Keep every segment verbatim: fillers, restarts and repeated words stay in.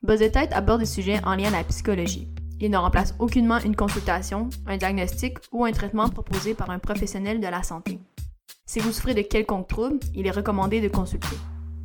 Buzz de tête aborde des sujets en lien à la psychologie. Il ne remplace aucunement une consultation, un diagnostic ou un traitement proposé par un professionnel de la santé. Si vous souffrez de quelconque trouble, il est recommandé de consulter.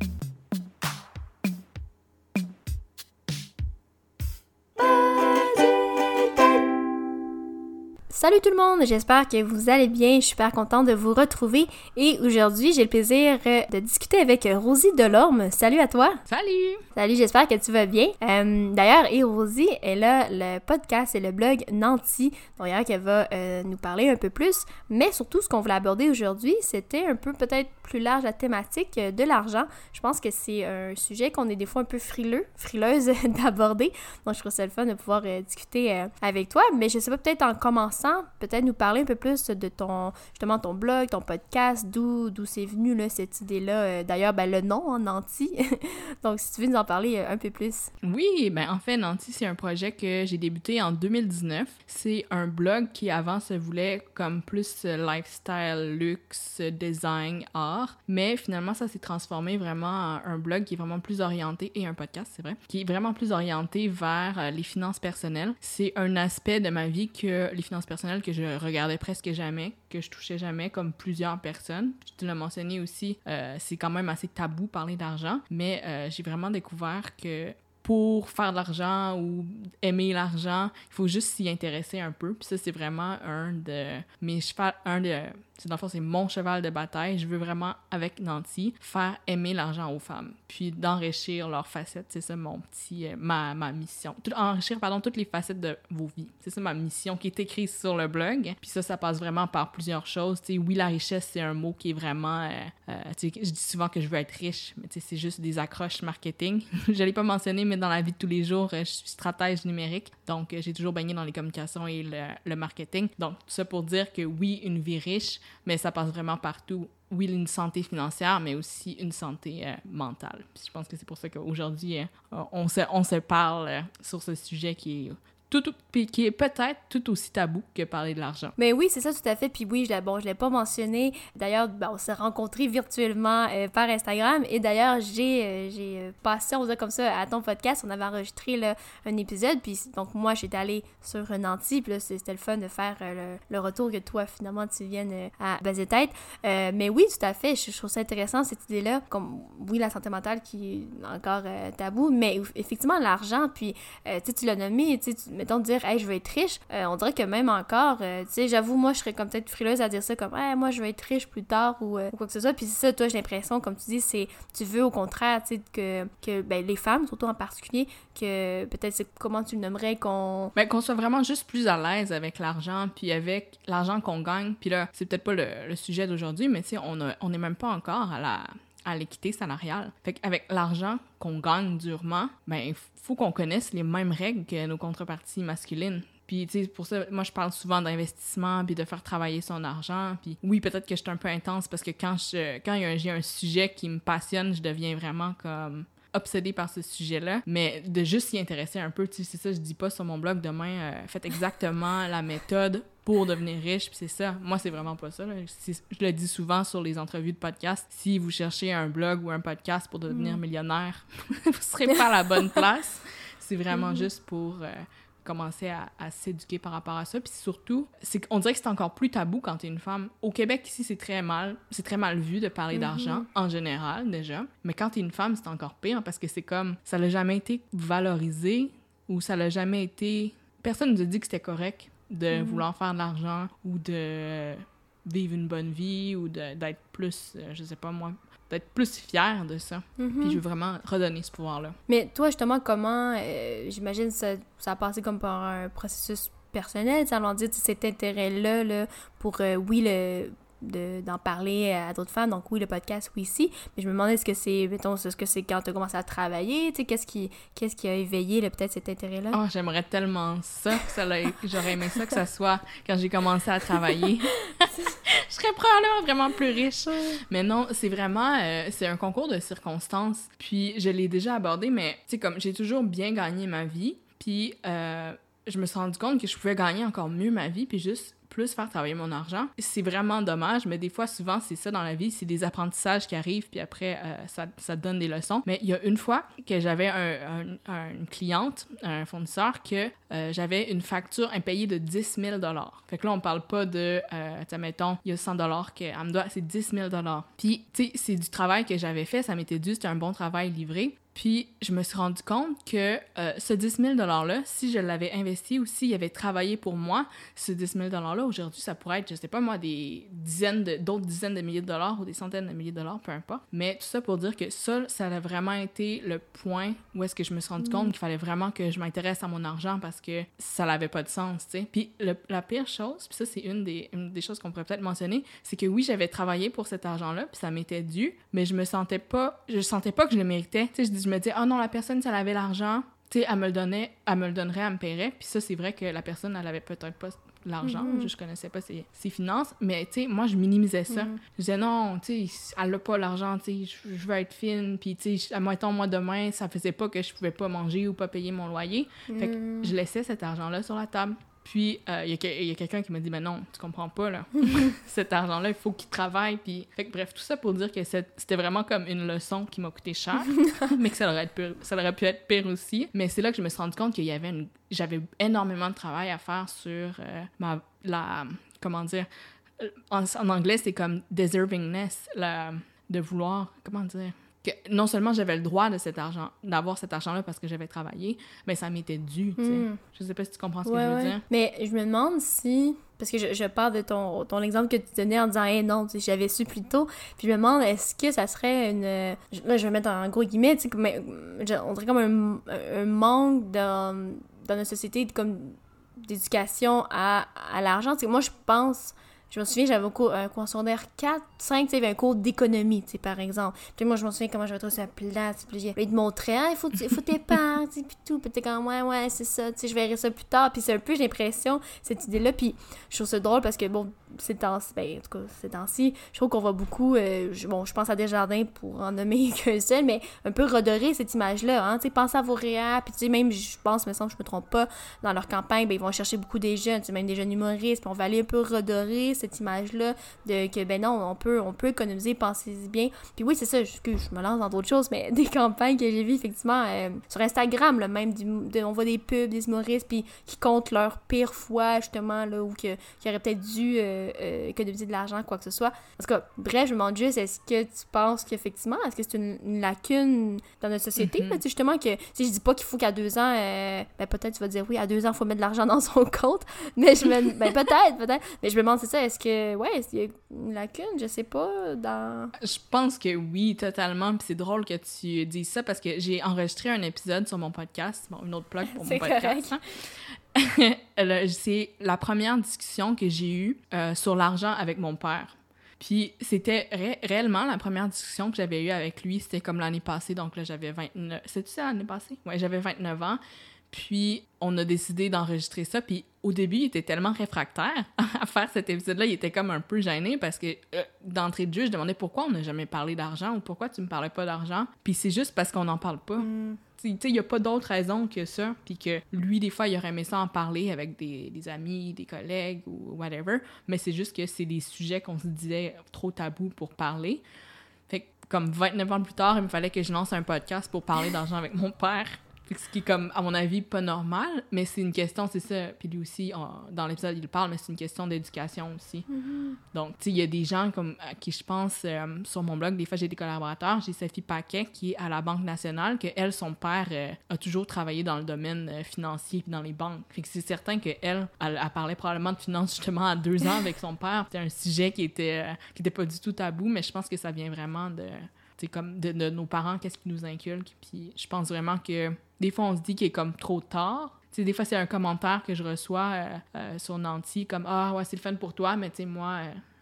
Salut tout le monde, j'espère que vous allez bien, je suis super contente de vous retrouver et aujourd'hui j'ai le plaisir de discuter avec Rosie Delorme. Salut à toi! Salut! Salut, j'espère que tu vas bien. Euh, d'ailleurs, et Rosie, elle a le podcast et le blog Nanti, d'ailleurs qu'elle va euh, nous parler un peu plus, mais surtout ce qu'on voulait aborder aujourd'hui, c'était un peu peut-être plus large la thématique de l'argent. Je pense que c'est un sujet qu'on est des fois un peu frileux, frileuse d'aborder, donc je trouve ça le fun de pouvoir euh, discuter euh, avec toi, mais je sais pas, peut-être en commençant, peut-être nous parler un peu plus de ton, justement, ton blog, ton podcast, d'où, d'où c'est venu, là, cette idée-là. Euh, d'ailleurs, ben, le nom, hein, Nanti. Donc, si tu veux nous en parler euh, un peu plus. Oui, ben en fait, Nanti, c'est un projet que j'ai débuté en deux mille dix-neuf. C'est un blog qui, avant, se voulait comme plus lifestyle, luxe, design, art. Mais finalement, ça s'est transformé vraiment en un blog qui est vraiment plus orienté, et un podcast, c'est vrai, qui est vraiment plus orienté vers euh, les finances personnelles. C'est un aspect de ma vie que les finances personnelles que je regardais presque jamais, que je touchais jamais, comme plusieurs personnes. Tu l'as mentionné aussi, euh, c'est quand même assez tabou parler d'argent, mais euh, j'ai vraiment découvert que pour faire de l'argent ou aimer l'argent, il faut juste s'y intéresser un peu. Puis ça, c'est vraiment un de mes chevals, un de, c'est dans le fond, c'est mon cheval de bataille. Je veux vraiment, avec Nanti, faire aimer l'argent aux femmes, puis d'enrichir leurs facettes. C'est ça mon petit, euh, ma, ma mission. Tout, enrichir, pardon, toutes les facettes de vos vies. C'est ça ma mission qui est écrite sur le blog. Puis ça, ça passe vraiment par plusieurs choses. Tu sais, oui, la richesse, c'est un mot qui est vraiment... Euh, euh, tu sais, je dis souvent que je veux être riche, mais tu sais, c'est juste des accroches marketing. Je l'ai pas mentionné, mais dans la vie de tous les jours, je suis stratège numérique, donc j'ai toujours baigné dans les communications et le, le marketing. Donc, tout ça pour dire que oui, une vie riche, mais ça passe vraiment partout. Oui, une santé financière, mais aussi une santé euh, mentale. Puis je pense que c'est pour ça qu'aujourd'hui, euh, on, se, on se parle euh, sur ce sujet qui est... Tout, tout, puis qui est peut-être tout aussi tabou que parler de l'argent. Mais oui, c'est ça, tout à fait. Puis oui, je l'ai, bon, je l'ai pas mentionné. D'ailleurs, ben, on s'est rencontrés virtuellement euh, par Instagram. Et d'ailleurs, j'ai, euh, j'ai euh, passé, on va dire comme ça, à ton podcast. On avait enregistré là, un épisode. Puis donc, moi, j'étais allée sur Nanti. Puis là, c'était le fun de faire euh, le, le retour que toi, finalement, tu viennes euh, à Buzz de tête. Euh, mais oui, tout à fait. Je, je trouve ça intéressant, cette idée-là. Comme, oui, la santé mentale qui est encore euh, tabou. Mais effectivement, l'argent. Puis, euh, tu sais, tu l'as nommé, tu sais, mettons, dire « Hey, je veux être riche euh, », on dirait que même encore, euh, tu sais, j'avoue, moi, je serais comme peut-être frileuse à dire ça comme « Hey, moi, je veux être riche plus tard » ou, euh, ou quoi que ce soit. Puis c'est ça, toi, j'ai l'impression, comme tu dis, c'est, tu veux au contraire, tu sais, que, que ben, les femmes, surtout en particulier, que peut-être, c'est comment tu le nommerais, qu'on... Ben, qu'on soit vraiment juste plus à l'aise avec l'argent, puis avec l'argent qu'on gagne. Puis là, c'est peut-être pas le, le sujet d'aujourd'hui, mais tu sais, on a, on n'est même pas encore à la... à l'équité salariale. Fait qu'avec l'argent qu'on gagne durement, ben, il faut qu'on connaisse les mêmes règles que nos contreparties masculines. Puis, tu sais, pour ça, moi, je parle souvent d'investissement, puis de faire travailler son argent. Puis oui, peut-être que je suis un peu intense parce que quand, je, quand y a un, j'ai un sujet qui me passionne, je deviens vraiment comme obsédée par ce sujet-là. Mais de juste s'y intéresser un peu, tu sais, c'est ça, je dis pas sur mon blog demain, euh, faites exactement la méthode pour devenir riche, puis c'est ça. Moi, c'est vraiment pas ça, là. C'est, je le dis souvent sur les entrevues de podcast. Si vous cherchez un blog ou un podcast pour devenir mm. millionnaire, vous serez pas à la bonne place. C'est vraiment mm. juste pour euh, commencer à, à s'éduquer par rapport à ça. Puis surtout, c'est, on dirait que c'est encore plus tabou quand t'es une femme. Au Québec, ici, c'est très mal, c'est très mal vu de parler mm-hmm. d'argent, en général, déjà. Mais quand t'es une femme, c'est encore pire, parce que c'est comme, ça l'a jamais été valorisé, ou ça l'a jamais été... Personne nous a dit que c'était correct de mmh. vouloir faire de l'argent ou de vivre une bonne vie ou de, d'être plus, euh, je sais pas moi, d'être plus fière de ça. Mm-hmm. Puis je veux vraiment redonner ce pouvoir-là. Mais toi, justement, comment, euh, j'imagine ça, ça a passé comme par un processus personnel, ça allons dire cet intérêt-là là, pour, euh, oui, le... De, d'en parler à d'autres femmes, donc oui, le podcast, oui, ici, mais je me demandais, est-ce que c'est, mettons, est-ce que c'est quand tu as commencé à travailler, tu sais, qu'est-ce qui, qu'est-ce qui a éveillé, là, peut-être, cet intérêt-là? Oh, j'aimerais tellement ça, que ça l'a, j'aurais aimé ça que ça soit quand j'ai commencé à travailler. Je serais probablement vraiment plus riche. Mais non, c'est vraiment, euh, c'est un concours de circonstances, puis je l'ai déjà abordé, mais, tu sais, comme, j'ai toujours bien gagné ma vie, puis euh, je me suis rendu compte que je pouvais gagner encore mieux ma vie, puis juste plus faire travailler mon argent. C'est vraiment dommage, mais des fois, souvent, c'est ça dans la vie, c'est des apprentissages qui arrivent, puis après, euh, ça, ça te donne des leçons. Mais il y a une fois que j'avais un, un, un, une cliente, un fournisseur, que euh, j'avais une facture impayée de dix mille dollars. Fait que là, on parle pas de, euh, tu sais, mettons, il y a cent dollars qu'elle me doit, c'est dix mille dollars. Puis, tu sais, c'est du travail que j'avais fait, ça m'était dû, c'était un bon travail livré. Puis, je me suis rendu compte que euh, ce dix mille dollars-là, si je l'avais investi ou s'il avait travaillé pour moi, ce dix mille dollars-là, aujourd'hui, ça pourrait être, je sais pas moi, des dizaines de, d'autres dizaines de milliers de dollars ou des centaines de milliers de dollars, peu importe. Mais tout ça pour dire que ça, ça a vraiment été le point où est-ce que je me suis rendu compte mmh. qu'il fallait vraiment que je m'intéresse à mon argent parce que ça n'avait pas de sens, tu sais. Puis, le, la pire chose, puis ça, c'est une des, une des choses qu'on pourrait peut-être mentionner, c'est que oui, j'avais travaillé pour cet argent-là, puis ça m'était dû, mais je me sentais pas, je sentais pas que je le méritais. Tu sais, je, je me disais, ah oh non, la personne, si elle avait l'argent, tu sais, elle me le donnait, elle me le donnerait, elle me paierait. Puis ça, c'est vrai que la personne, elle avait peut-être pas l'argent, mm-hmm. je, je connaissais pas ses, ses finances, mais tu sais, moi, je minimisais ça. Mm-hmm. Je disais, non, tu sais, elle a pas l'argent, tu sais, je, je veux être fine, puis tu sais, admettons, moi, demain, ça faisait pas que je pouvais pas manger ou pas payer mon loyer. Mm-hmm. Fait que je laissais cet argent-là sur la table. Puis, il euh, y, y a quelqu'un qui m'a dit « Mais non, tu comprends pas, là. Cet argent-là, il faut qu'il travaille. » Puis, fait que bref, tout ça pour dire que c'était vraiment comme une leçon qui m'a coûté cher, mais que ça aurait, pu, ça aurait pu être pire aussi. Mais c'est là que je me suis rendu compte qu'il y avait une... J'avais énormément de travail à faire sur euh, ma... la... Comment dire? En, en anglais, c'est comme « deservingness », la, de vouloir... Comment dire? Que non seulement j'avais le droit de cet argent, d'avoir cet argent-là parce que j'avais travaillé, mais ça m'était dû, tu sais. Mm. Je sais pas si tu comprends ce ouais, que je veux ouais. dire. Mais je me demande si... Parce que je, je parle de ton, ton exemple que tu donnais en disant « Hey, non, tu sais, j'avais su plus tôt. » Puis je me demande, est-ce que ça serait une... Là, je vais mettre en gros guillemets, tu sais, comme, on dirait comme un, un manque dans, dans notre société comme d'éducation à, à l'argent. Tu sais, moi, je pense... Je me souviens, j'avais un cours, un cours en secondaire quatre, cinq, tu sais, il y avait un cours d'économie, tu sais, par exemple. Puis moi, je me souviens comment j'avais trouvé ça plat, puis il te montrait, ah, il faut, faut t'épargner, tu sais, puis tout. Puis t'es comme, ouais, ouais, c'est ça, tu sais, je verrai ça plus tard. Puis c'est un peu, j'ai l'impression, cette idée-là. Puis je trouve ça drôle parce que, bon, ces temps-ci, ben, en tout cas, ces temps-ci, je trouve qu'on voit beaucoup, euh, je, bon, je pense à Desjardins pour en nommer qu'un seul, mais un peu redorer cette image-là, hein, tu sais, pensez à vos réels, puis tu sais, même, je pense, me semble, je me trompe pas, dans leur campagne, ben, ils vont chercher beaucoup des jeunes, tu sais, même des jeunes humoristes, puis on va aller un peu redorer cette image-là de que, ben non, on peut, on peut économiser, pensez-y bien. Puis oui, c'est ça, je, je me lance dans d'autres choses, mais des campagnes que j'ai vues, effectivement, euh, sur Instagram, là, même, du, de, on voit des pubs, des humoristes, puis qui comptent leur pire fois, justement, là, ou que, qui auraient peut-être dû euh, euh, économiser de l'argent, quoi que ce soit. En tout cas, bref, je me demande juste, est-ce que tu penses qu'effectivement, est-ce que c'est une, une lacune dans notre société, mm-hmm. là, tu sais, justement, que, tu sais, je dis pas qu'il faut qu'à deux ans, euh, ben peut-être tu vas dire, oui, à deux ans, il faut mettre de l'argent dans son compte, mais je me, ben peut-être, peut-être, mais je me demande, c'est ça, est-ce que, ouais, est-ce qu'il y a une lacune, je sais pas, dans... Je pense que oui, totalement, puis c'est drôle que tu dises ça, parce que j'ai enregistré un épisode sur mon podcast, bon, une autre plug pour mon podcast, hein. C'est la première discussion que j'ai eue euh, sur l'argent avec mon père. Puis c'était ré- réellement la première discussion que j'avais eue avec lui, c'était comme l'année passée, donc là j'avais vingt-neuf... C'est-tu ça l'année passée? Ouais, j'avais vingt-neuf ans. Puis on a décidé d'enregistrer ça, puis au début, il était tellement réfractaire à faire cet épisode-là, il était comme un peu gêné parce que euh, d'entrée de jeu, je demandais pourquoi on n'a jamais parlé d'argent ou pourquoi tu me parlais pas d'argent. Puis c'est juste parce qu'on n'en parle pas. Mm. Tu sais, il n'y a pas d'autre raison que ça, puis que lui, des fois, il aurait aimé ça en parler avec des, des amis, des collègues ou whatever, mais c'est juste que c'est des sujets qu'on se disait trop tabous pour parler. Fait que comme vingt-neuf ans plus tard, il me fallait que je lance un podcast pour parler d'argent avec mon père. Ce qui est comme, à mon avis, pas normal, mais c'est une question, c'est ça. Puis lui aussi, on, dans l'épisode, il parle, mais c'est une question d'éducation aussi. Mm-hmm. Donc, tu sais, il y a des gens comme à qui je pense, euh, sur mon blog, des fois, j'ai des collaborateurs. J'ai Sophie Paquet, qui est à la Banque nationale, que elle, son père, euh, a toujours travaillé dans le domaine euh, financier puis dans les banques. Fait que c'est certain qu'elle, elle, elle parlait probablement de finances, justement, à deux ans avec son père. C'était un sujet qui était, euh, qui était pas du tout tabou, mais je pense que ça vient vraiment de... C'est comme de, de nos parents, qu'est-ce qu'ils nous inculquent. Puis je pense vraiment que des fois, on se dit qu'il est comme trop tard. Tu sais, des fois, c'est un commentaire que je reçois euh, euh, sur Nancy, comme « Ah, ouais, c'est le fun pour toi, mais tu sais, moi, euh,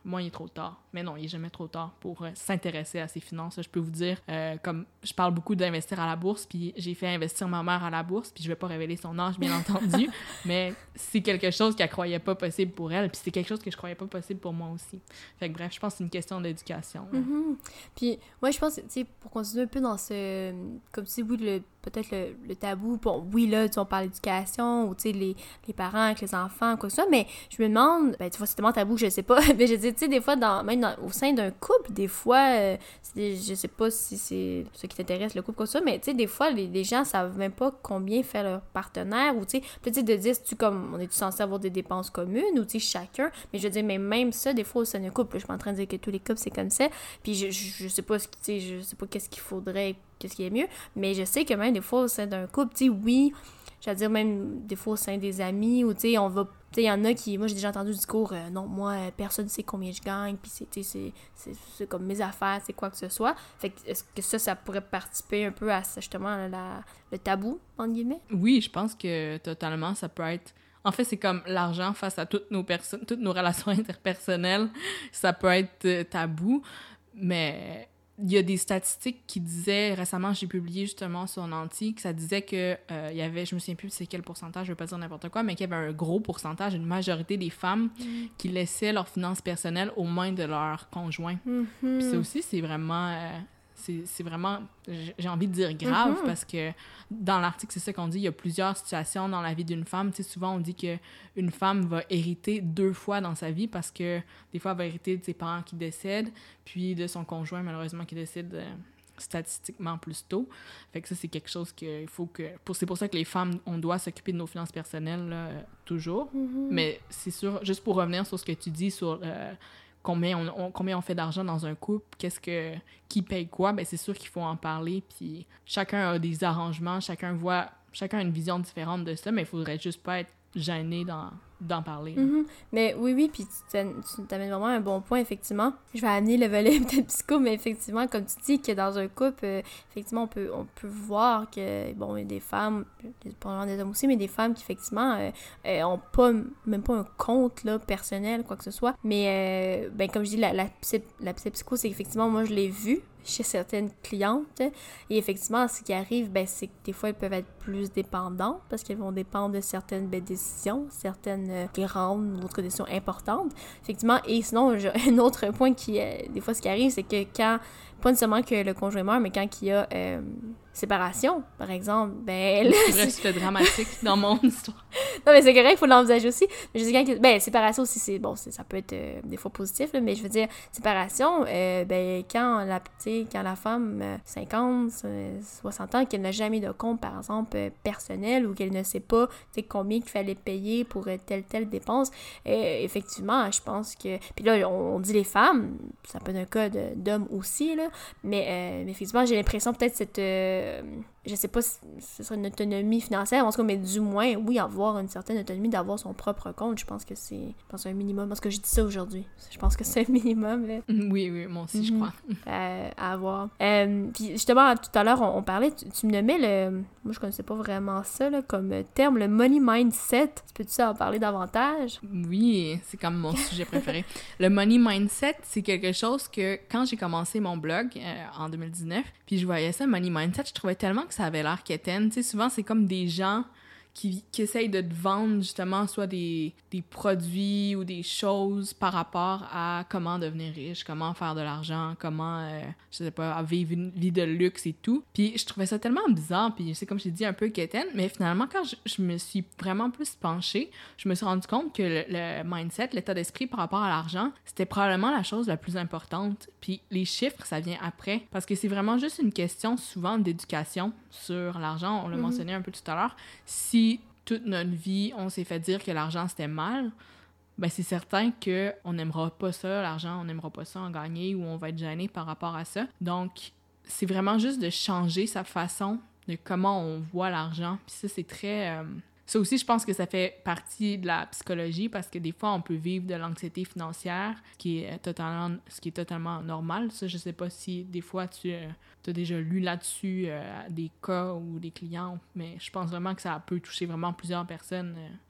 moi, il est trop tard. Mais non, il est jamais trop tard pour euh, s'intéresser à ses finances. Je peux vous dire, euh, comme je parle beaucoup d'investir à la bourse, puis j'ai fait investir ma mère à la bourse, puis je vais pas révéler son âge, bien entendu, mais c'est quelque chose qu'elle croyait pas possible pour elle, puis c'est quelque chose que je croyais pas possible pour moi aussi. Fait que bref, je pense que c'est une question d'éducation. Mm-hmm. Puis moi, je pense, tu sais, pour continuer un peu dans ce... Comme tu sais, oui, le, peut-être le, le tabou, bon, oui, là, tu sais, on parle d'éducation, ou tu sais, les, les parents avec les enfants, quoi que ce soit, mais je me demande, ben, tu vois, c'est tellement tabou, je sais pas, mais je dis, tu sais, des fois, dans, même dans, au sein d'un couple, des fois, euh, c'est, je sais pas si c'est ce qui t'intéresse, le couple, quoi que ce soit, mais tu sais, des fois, les, les gens savent même pas combien fait leur partenaire, ou tu sais, peut-être de dire, tu comme, on est censé avoir des dépenses communes, ou tu sais, chacun, mais je veux dire, mais même ça, des fois, au sein d'un couple, je suis pas en train de dire que tous les couples, c'est comme ça, puis je, je, je sais pas ce qui, tu sais, je sais pas qu'est-ce qu'il faudrait, qu'est-ce qui est mieux, mais je sais que même des fois, au sein d'un couple, tu sais, oui, je veux dire, même des fois au sein des amis, ou tu sais, on va, tu sais, il y en a qui, moi j'ai déjà entendu du discours, euh, non, moi, euh, personne ne sait combien je gagne, puis c'est, tu sais, c'est, c'est, c'est comme mes affaires, c'est quoi que ce soit. Fait que, est-ce que ça, ça pourrait participer un peu à, justement, la, le tabou, entre guillemets? Oui, je pense que totalement, ça peut être... En fait, c'est comme l'argent face à toutes nos personnes, toutes nos relations interpersonnelles, ça peut être euh, tabou, mais... Il y a des statistiques qui disaient, récemment j'ai publié justement sur Nanti, que ça disait que euh, il y avait, je me souviens plus c'est quel pourcentage, je veux pas dire n'importe quoi, mais qu'il y avait un gros pourcentage, une majorité des femmes mm. qui laissaient leurs finances personnelles aux mains de leur conjoint. Mm-hmm. Puis ça aussi, c'est vraiment... Euh, C'est, c'est vraiment, j'ai envie de dire grave, mm-hmm. parce que dans l'article, c'est ça qu'on dit, il y a plusieurs situations dans la vie d'une femme. Tu sais, souvent, on dit qu'une femme va hériter deux fois dans sa vie parce que des fois, elle va hériter de ses parents qui décèdent, puis de son conjoint, malheureusement, qui décède euh, statistiquement plus tôt. Fait que ça, c'est quelque chose qu'il faut que... Pour, c'est pour ça que les femmes, on doit s'occuper de nos finances personnelles, là, toujours. Mm-hmm. Mais c'est sûr, juste pour revenir sur ce que tu dis sur... Euh, Combien on, on, combien on fait d'argent dans un couple, qu'est-ce que, qui paye quoi, ben c'est sûr qu'il faut en parler, puis chacun a des arrangements, chacun voit, chacun a une vision différente de ça, mais il faudrait juste pas être gêné dans, d'en parler. Mm-hmm. Mais oui, oui, puis tu, tu t'amènes vraiment un bon point, effectivement. Je vais amener le volet peut-être psycho, mais effectivement, comme tu dis, que dans un couple, euh, effectivement, on peut, on peut voir que, bon, il y a des femmes, probablement des hommes aussi, mais des femmes qui, effectivement, euh, euh, ont pas, même pas un compte, là, personnel, quoi que ce soit. Mais, euh, ben, comme je dis, la, la, psy, la psycho, c'est qu'effectivement, moi, je l'ai vu chez certaines clientes. Et effectivement, ce qui arrive, ben, c'est que des fois, elles peuvent être plus dépendantes parce qu'elles vont dépendre de certaines ben, décisions, certaines euh, grandes, d'autres décisions importantes. Effectivement, et sinon, j'ai un autre point qui, euh, des fois, ce qui arrive, c'est que quand, pas nécessairement que le conjoint meurt, mais quand il y a euh, séparation, par exemple, ben... C'est vrai, c'est dramatique dans mon histoire. Non, mais c'est correct, il faut l'envisager aussi. Mais je dis quand... Ben, séparation aussi, c'est... Bon, c'est, ça peut être euh, des fois positif, là, mais je veux dire, séparation, euh, ben, quand la, quand la femme, euh, cinquante, soixante ans, qu'elle n'a jamais de compte, par exemple, euh, personnel, ou qu'elle ne sait pas, tu sais, combien il fallait payer pour euh, telle, telle dépense, euh, effectivement, je pense que... Puis là, on, on dit les femmes, ça peut être un cas de, d'hommes aussi, là, mais, euh, mais effectivement, j'ai l'impression peut-être cette... Euh, je sais pas si ce serait une autonomie financière, en tout cas, mais du moins, oui, avoir une certaine autonomie, d'avoir son propre compte, je pense que c'est, je pense un minimum, parce que je dis ça aujourd'hui, je pense que c'est un minimum. Là. Oui, oui, moi aussi, mm-hmm. je crois. Euh, à avoir. Euh, puis justement, tout à l'heure, on, on parlait, tu, tu me nommais le, moi je connaissais pas vraiment ça, là, comme terme, le money mindset. Tu peux-tu en parler davantage? Oui, c'est comme mon sujet préféré. Le money mindset, c'est quelque chose que, quand j'ai commencé mon blog euh, en deux mille dix-neuf, puis je voyais ça, money mindset, je trouvais tellement que ça avait l'air quétaine. Tu sais, souvent, c'est comme des gens qui, qui essayent de te vendre, justement, soit des, des produits ou des choses par rapport à comment devenir riche, comment faire de l'argent, comment, euh, je sais pas, vivre une vie de luxe et tout. Puis je trouvais ça tellement bizarre, puis c'est comme je t'ai dit, un peu quétaine, mais finalement, quand je, je me suis vraiment plus penchée, je me suis rendu compte que le, le mindset, l'état d'esprit par rapport à l'argent, c'était probablement la chose la plus importante. Puis les chiffres, ça vient après, parce que c'est vraiment juste une question, souvent, d'éducation sur l'argent. On l'a mm-hmm. mentionné un peu tout à l'heure. Si toute notre vie, on s'est fait dire que l'argent, c'était mal, ben c'est certain qu'on n'aimera pas ça, l'argent, on n'aimera pas ça en gagner ou on va être gêné par rapport à ça. Donc, c'est vraiment juste de changer sa façon de comment on voit l'argent. Puis ça, c'est très... Euh... Ça aussi, je pense que ça fait partie de la psychologie parce que des fois, on peut vivre de l'anxiété financière, qui est totalement, ce qui est totalement normal. Ça, je sais pas si des fois, tu euh, as déjà lu là-dessus euh, des cas ou des clients, mais je pense vraiment que ça peut toucher vraiment plusieurs personnes. Euh,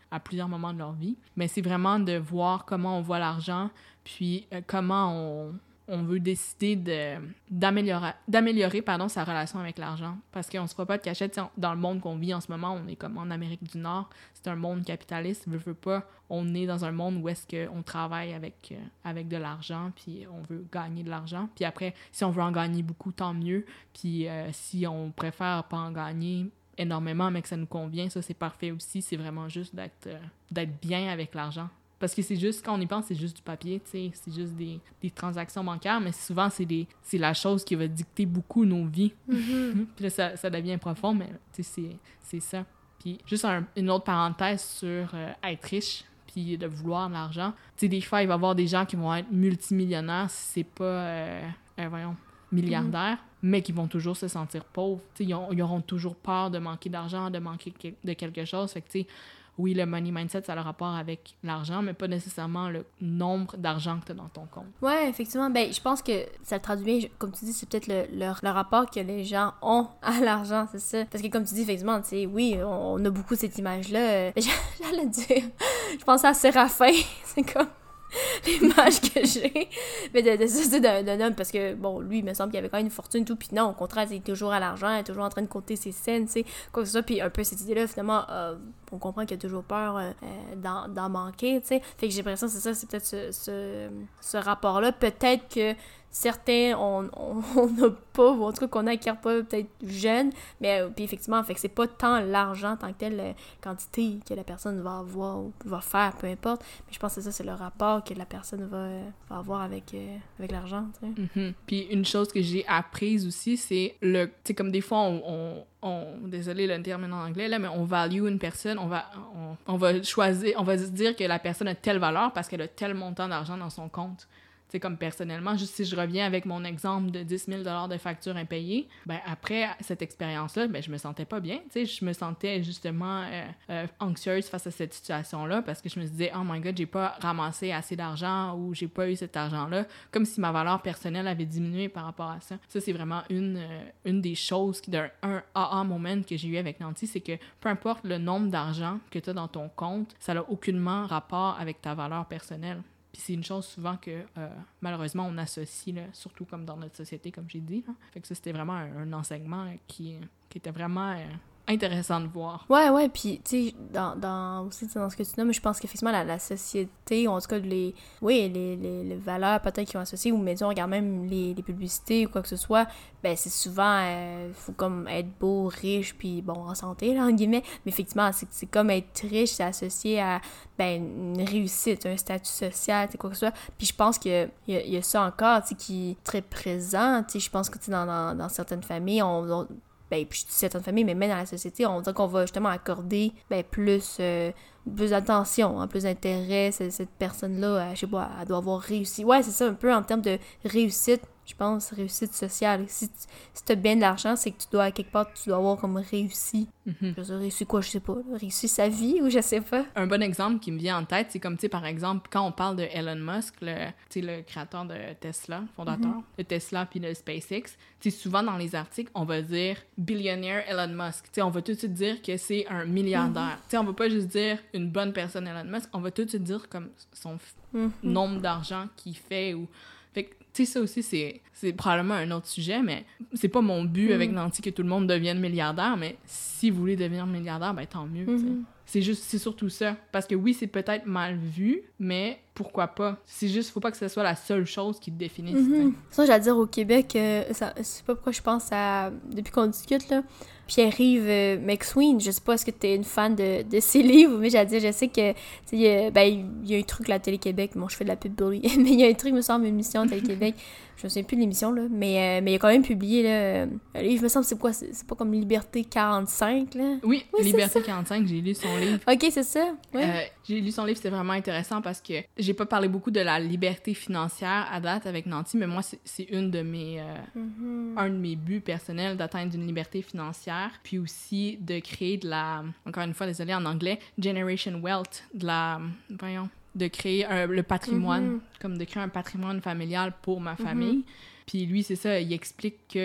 à plusieurs moments de leur vie. Mais c'est vraiment de voir comment on voit l'argent, puis euh, comment on, on veut décider de, d'améliorer, d'améliorer pardon, sa relation avec l'argent. Parce qu'on se fera pas de cachette. Dans le monde qu'on vit en ce moment, on est comme en Amérique du Nord. C'est un monde capitaliste. Veut, veut pas. On est dans un monde où est-ce qu'on travaille avec, euh, avec de l'argent, puis on veut gagner de l'argent. Puis après, si on veut en gagner beaucoup, tant mieux. Puis euh, si on préfère pas en gagner énormément, mais que ça nous convient, ça, c'est parfait aussi. C'est vraiment juste d'être, euh, d'être bien avec l'argent. Parce que c'est juste, quand on y pense, c'est juste du papier, tu sais, c'est juste des, des transactions bancaires, mais souvent, c'est, des, c'est la chose qui va dicter beaucoup nos vies. Mm-hmm. Puis là, ça, ça devient profond, mais tu sais, c'est, c'est ça. Puis juste un, une autre parenthèse sur euh, être riche, puis de vouloir de l'argent. Tu sais, des fois, il va y avoir des gens qui vont être multimillionnaires si c'est pas, euh, euh, voyons, milliardaires, mm-hmm. mais qui vont toujours se sentir pauvres. Tu sais, ils, ont, ils auront toujours peur de manquer d'argent, de manquer de quelque chose. Fait que, tu sais, oui, le money mindset, ça a le rapport avec l'argent, mais pas nécessairement le nombre d'argent que tu as dans ton compte. Ouais, effectivement. Ben, je pense que ça le traduit bien. Comme tu dis, c'est peut-être le, le, le rapport que les gens ont à l'argent, c'est ça. Parce que comme tu dis, effectivement, tu sais, oui, on, on a beaucoup cette image-là. J'allais dire, je pensais à Séraphin. C'est comme l'image que j'ai. Mais de, de, de, d'un, d'un homme, parce que, bon, lui, il me semble qu'il avait quand même une fortune, tout. Puis non, au contraire, il est toujours à l'argent, il est toujours en train de compter ses scènes, tu sais, quoi que ce soit. Puis un peu cette idée-là, finalement, euh, on comprend qu'il a toujours peur euh, d'en, d'en manquer, tu sais. Fait que j'ai l'impression que c'est ça, c'est peut-être ce, ce, ce rapport-là. Peut-être que certains, on n'a pas, ou en tout cas qu'on n'acquiert pas peut-être jeune, mais euh, puis effectivement, fait que c'est pas tant l'argent, tant que telle euh, quantité que la personne va avoir ou va faire, peu importe, mais je pense que ça, c'est le rapport que la personne va, euh, va avoir avec, euh, avec l'argent, tu sais. Mm-hmm. Puis une chose que j'ai apprise aussi, c'est le, tu sais, comme des fois, on, on, on désolé le terme en anglais, là, mais on value une personne, on va, on, on va choisir, on va se dire que la personne a telle valeur parce qu'elle a tel montant d'argent dans son compte. Tu sais, comme personnellement, juste si je reviens avec mon exemple de dix mille dollars de factures impayées, ben après cette expérience-là, ben je me sentais pas bien, tu sais, je me sentais justement euh, euh, anxieuse face à cette situation-là parce que je me disais, oh my god, j'ai pas ramassé assez d'argent ou j'ai pas eu cet argent-là, comme si ma valeur personnelle avait diminué par rapport à ça. Ça, c'est vraiment une, euh, une des choses, qui, d'un un aha moment que j'ai eu avec Nancy, c'est que peu importe le nombre d'argent que tu as dans ton compte, ça n'a aucunement rapport avec ta valeur personnelle. Puis c'est une chose souvent que, euh, malheureusement, on associe, là, surtout comme dans notre société, comme j'ai dit. Là. Fait que ça, c'était vraiment un, un enseignement qui, qui était vraiment euh, intéressant de voir. Ouais, ouais, puis, tu sais, dans, dans, aussi, dans ce que tu nommes, je pense qu'effectivement, la, la société, ou en tout cas, les, oui, les, les, les valeurs peut-être qui ont associé, ou mais disons, on regarde même les, les publicités ou quoi que ce soit, ben c'est souvent, il euh, faut comme être beau, riche, puis bon, en santé, là, en guillemets, mais effectivement, c'est, c'est comme être riche, c'est associé à, ben, une réussite, un statut social, tu sais, quoi que ce soit, puis je pense qu'il y a, il y a ça encore, tu sais, qui est très présent, tu sais, je pense que, tu sais, dans, dans, dans certaines familles, on, on ben, puis je dis certaines familles, mais même dans la société, on dirait qu'on va justement accorder ben, plus, euh, plus d'attention, hein, plus d'intérêt. Cette, cette personne-là, elle, je sais pas, elle doit avoir réussi. Ouais, c'est ça, un peu en termes de réussite, je pense, réussite sociale. Si tu si as bien de l'argent, c'est que tu dois, quelque part, tu dois avoir comme réussi. Mm-hmm. Je veux dire, réussi quoi, je sais pas. Là, réussi sa vie ou je sais pas. Un bon exemple qui me vient en tête, c'est comme, tu sais, par exemple, quand on parle de Elon Musk, le, tu sais, le créateur de Tesla, fondateur mm-hmm. de Tesla puis de SpaceX, tu sais, souvent dans les articles, on va dire « billionaire Elon Musk ». Tu sais, on va tout de suite dire que c'est un milliardaire. Mm-hmm. Tu sais, on va pas juste dire « une bonne personne Elon Musk », on va tout de suite dire comme son mm-hmm. nombre d'argent qu'il fait ou... Fait que, tu sais, ça aussi, c'est, c'est probablement un autre sujet, mais c'est pas mon but mm. avec Nancy que tout le monde devienne milliardaire, mais si vous voulez devenir milliardaire, ben tant mieux, mm-hmm. tu sais. C'est juste, c'est surtout ça. Parce que oui, c'est peut-être mal vu, mais pourquoi pas? C'est juste, faut pas que ce soit la seule chose qui te définisse, mm-hmm. Ça, j'allais dire au Québec, euh, ça, je sais pas pourquoi je pense à... Depuis qu'on discute, là, Pierre-Yves euh, McSween, je sais pas, est-ce que t'es une fan de, de ses livres, mais j'allais dire, je sais que, tu sais, ben, il y a un truc, la Télé-Québec, bon, je fais de la pub pour lui, mais il y a un truc, me semble, une émission à Télé-Québec, je me souviens plus de l'émission, là, mais, euh, mais il a quand même publié, là, un livre, me semble, c'est quoi, c'est, c'est pas comme Liberté quarante-cinq, là? Oui, oui Liberté quarante-cinq, j'ai lu son livre. Ok, c'est ça, ouais. Euh, j'ai lu son livre, c'était vraiment intéressant parce que j'ai pas parlé beaucoup de la liberté financière à date avec Nancy, mais moi, c'est, c'est une de mes, euh, mm-hmm. un de mes buts personnels d'atteindre une liberté financière, puis aussi de créer de la, encore une fois, désolé en anglais, Generation Wealth, de la, voyons, de créer un, le patrimoine, mm-hmm. comme de créer un patrimoine familial pour ma famille. Mm-hmm. Puis lui, c'est ça, il explique que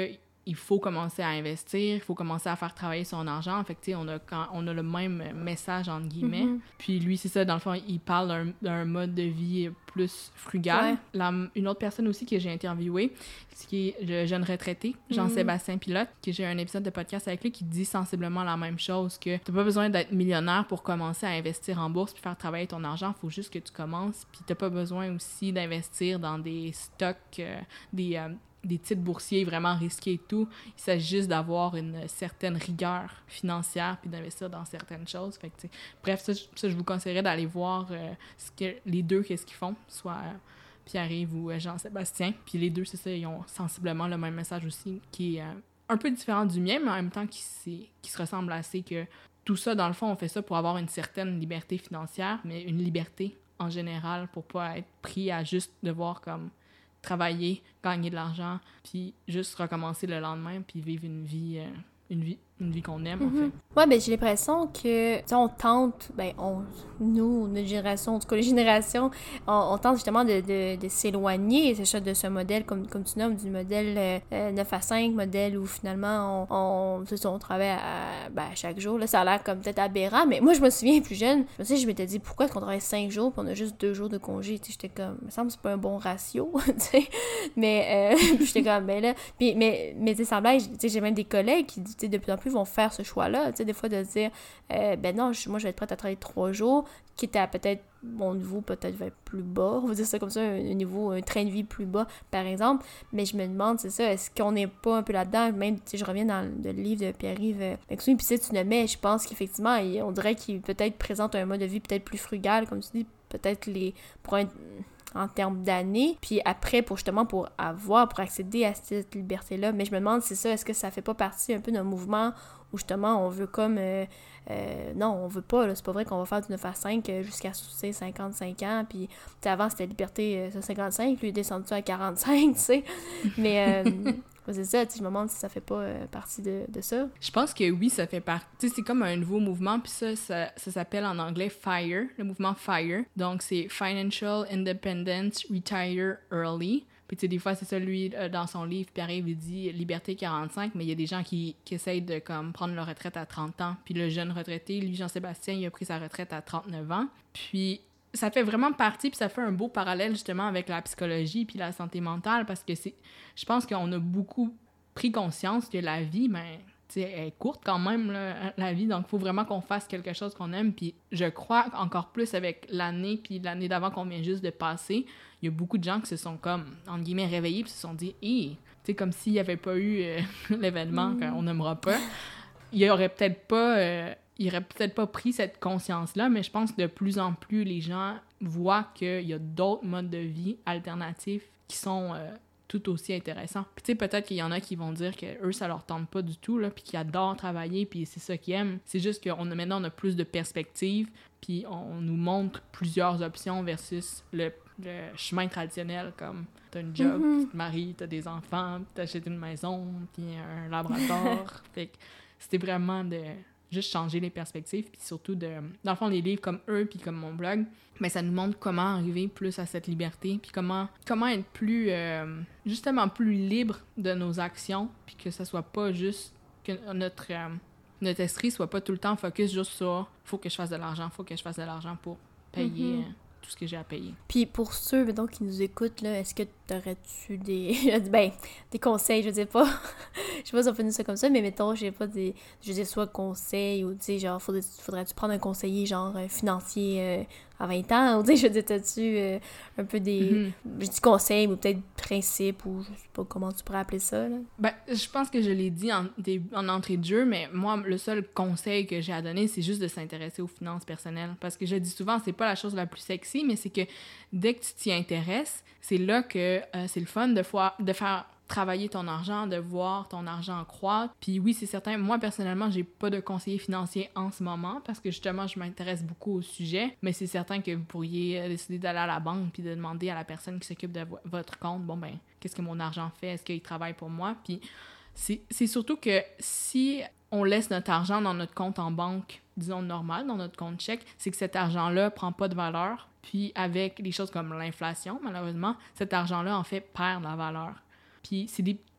il faut commencer à investir, il faut commencer à faire travailler son argent. Fait que, tu sais, on a, quand, on a le même message, entre guillemets. Mm-hmm. Puis lui, c'est ça, dans le fond, il parle d'un, d'un mode de vie plus frugal. Ouais. La, une autre personne aussi que j'ai interviewée, qui est le jeune retraité, Jean-Sébastien Pilote, que j'ai un épisode de podcast avec lui qui dit sensiblement la même chose, que t'as pas besoin d'être millionnaire pour commencer à investir en bourse puis faire travailler ton argent, faut juste que tu commences. Puis t'as pas besoin aussi d'investir dans des stocks, euh, des... Euh, des titres boursiers vraiment risqués et tout. Il s'agit juste d'avoir une certaine rigueur financière puis d'investir dans certaines choses. Fait que, bref, ça, ça, je vous conseillerais d'aller voir euh, ce que, les deux, qu'est-ce qu'ils font, soit euh, Pierre-Yves ou euh, Jean-Sébastien. Puis les deux, c'est ça, ils ont sensiblement le même message aussi, qui est euh, un peu différent du mien, mais en même temps qui, qui se ressemble assez, que tout ça, dans le fond, on fait ça pour avoir une certaine liberté financière, mais une liberté en général pour pas être pris à juste devoir comme travailler, gagner de l'argent, puis juste recommencer le lendemain, puis vivre une vie, euh, une vie, une vie qu'on aime, mm-hmm. en fait. Ouais, ben j'ai l'impression que, tu sais, on tente, ben on, nous, notre génération, en tout cas les générations, on, on tente justement de, de, de s'éloigner de ce modèle, comme, comme tu nommes, du modèle euh, neuf à cinq, modèle où finalement on, on, ça, on travaille à, ben, à chaque jour. Là, ça a l'air comme peut-être aberrant, mais moi je me souviens plus jeune, je me souviens, je m'étais dit pourquoi est-ce qu'on travaille cinq jours puis on a juste deux jours de congé, tu sais, j'étais comme, il me semble que c'est pas un bon ratio, tu sais, mais euh, j'étais comme, ben là, puis, mais, mais tu sais, sans blague, tu sais, j'ai même des collègues qui, tu sais, de plus en plus vont faire ce choix-là, tu sais, des fois de dire, euh, ben non, je, moi je vais être prête à travailler trois jours, quitte à peut-être, mon niveau peut-être va être plus bas, on va dire ça comme ça, un, un niveau, un train de vie plus bas, par exemple, mais je me demande, c'est ça, est-ce qu'on n'est pas un peu là-dedans, même, tu sais, je reviens dans le livre de Pierre-Yves euh, Maxwin, puis tu le mets, je pense qu'effectivement, il, on dirait qu'il peut-être présente un mode de vie peut-être plus frugal, comme tu dis, peut-être les, pour un, en termes d'années, puis après, pour justement, pour avoir, pour accéder à cette liberté-là, mais je me demande, c'est ça, est-ce que ça fait pas partie un peu d'un mouvement où justement, on veut comme, euh, euh, non, on veut pas, là, c'est pas vrai qu'on va faire du neuf à cinq jusqu'à, tu sais, cinquante-cinq ans, puis, tu sais, avant, c'était liberté euh, cinquante-cinq, lui, il est descendu à quarante-cinq, tu sais, mais... Euh, c'est ça, tu sais, je me demande si ça fait pas euh, partie de, de ça. Je pense que oui, ça fait partie. Tu sais, c'est comme un nouveau mouvement, puis ça, ça, ça s'appelle en anglais FIRE, le mouvement FIRE. Donc, c'est Financial Independence Retire Early. Puis, tu sais, des fois, c'est ça, lui, euh, dans son livre, Pierre-Yves, il dit Liberté quarante-cinq, mais il y a des gens qui, qui essayent de comme, prendre leur retraite à trente ans. Puis, le jeune retraité, lui, Jean-Sébastien, il a pris sa retraite à trente-neuf ans. Puis, ça fait vraiment partie, puis ça fait un beau parallèle justement avec la psychologie puis la santé mentale, parce que c'est, je pense qu'on a beaucoup pris conscience que la vie, ben, tu sais, elle est courte quand même, là, la vie, donc il faut vraiment qu'on fasse quelque chose qu'on aime, puis je crois encore plus avec l'année, puis l'année d'avant qu'on vient juste de passer, il y a beaucoup de gens qui se sont comme, entre guillemets, réveillés, puis se sont dit « Hé! » Tu sais, comme s'il n'y avait pas eu euh, l'événement mmh. qu'on n'aimera pas, il y aurait peut-être pas... Euh, il n'aurait peut-être pas pris cette conscience-là, mais je pense que de plus en plus, les gens voient qu'il y a d'autres modes de vie alternatifs qui sont euh, tout aussi intéressants. Puis tu sais, peut-être qu'il y en a qui vont dire que eux ça leur tente pas du tout, là, puis qu'ils adorent travailler, puis c'est ça qu'ils aiment. C'est juste qu'on a, maintenant, on a plus de perspectives, puis on, on nous montre plusieurs options versus le, le chemin traditionnel, comme t'as une job, mm-hmm. tu te maries, t'as des enfants, t'achètes une maison, puis un labrador. Fait que c'était vraiment de... juste changer les perspectives, puis surtout de... Dans le fond, les livres comme eux, puis comme mon blog, mais ça nous montre comment arriver plus à cette liberté, puis comment, comment être plus... Euh, justement plus libre de nos actions, puis que ça soit pas juste... que notre, euh, notre esprit soit pas tout le temps focus juste sur « faut que je fasse de l'argent, faut que je fasse de l'argent pour payer... Mm-hmm. euh, tout ce que j'ai à payer. » Puis pour ceux, mettons, qui nous écoutent, là, est-ce que t'aurais-tu des... ben, des conseils, je sais pas. Je sais pas si on fait ça comme ça, mais mettons, je sais pas, des... je veux dire, soit conseils, ou tu sais, genre, faudrait, faudrait-tu prendre un conseiller, genre, euh, financier euh, à vingt ans, ou tu sais, je veux dire, t'as-tu euh, un peu des... Mm-hmm. Je dis conseils, ou peut-être principes, ou je sais pas comment tu pourrais appeler ça, là. Ben, je pense que je l'ai dit en, en entrée de jeu, mais moi, le seul conseil que j'ai à donner, c'est juste de s'intéresser aux finances personnelles. Parce que je dis souvent, c'est pas la chose la plus sexy, mais c'est que dès que tu t'y intéresses, c'est là que euh, c'est le fun de, fois, de faire travailler ton argent, de voir ton argent croître. Puis oui, c'est certain, moi, personnellement, j'ai pas de conseiller financier en ce moment parce que, justement, je m'intéresse beaucoup au sujet, mais c'est certain que vous pourriez décider d'aller à la banque puis de demander à la personne qui s'occupe de vo- votre compte, bon, ben, qu'est-ce que mon argent fait? Est-ce qu'il travaille pour moi? Puis c'est, c'est surtout que si on laisse notre argent dans notre compte en banque, disons normal, dans notre compte chèque, c'est que cet argent-là prend pas de valeur. Puis avec des choses comme l'inflation, malheureusement, cet argent-là, en fait, perd de la valeur. Puis c'est des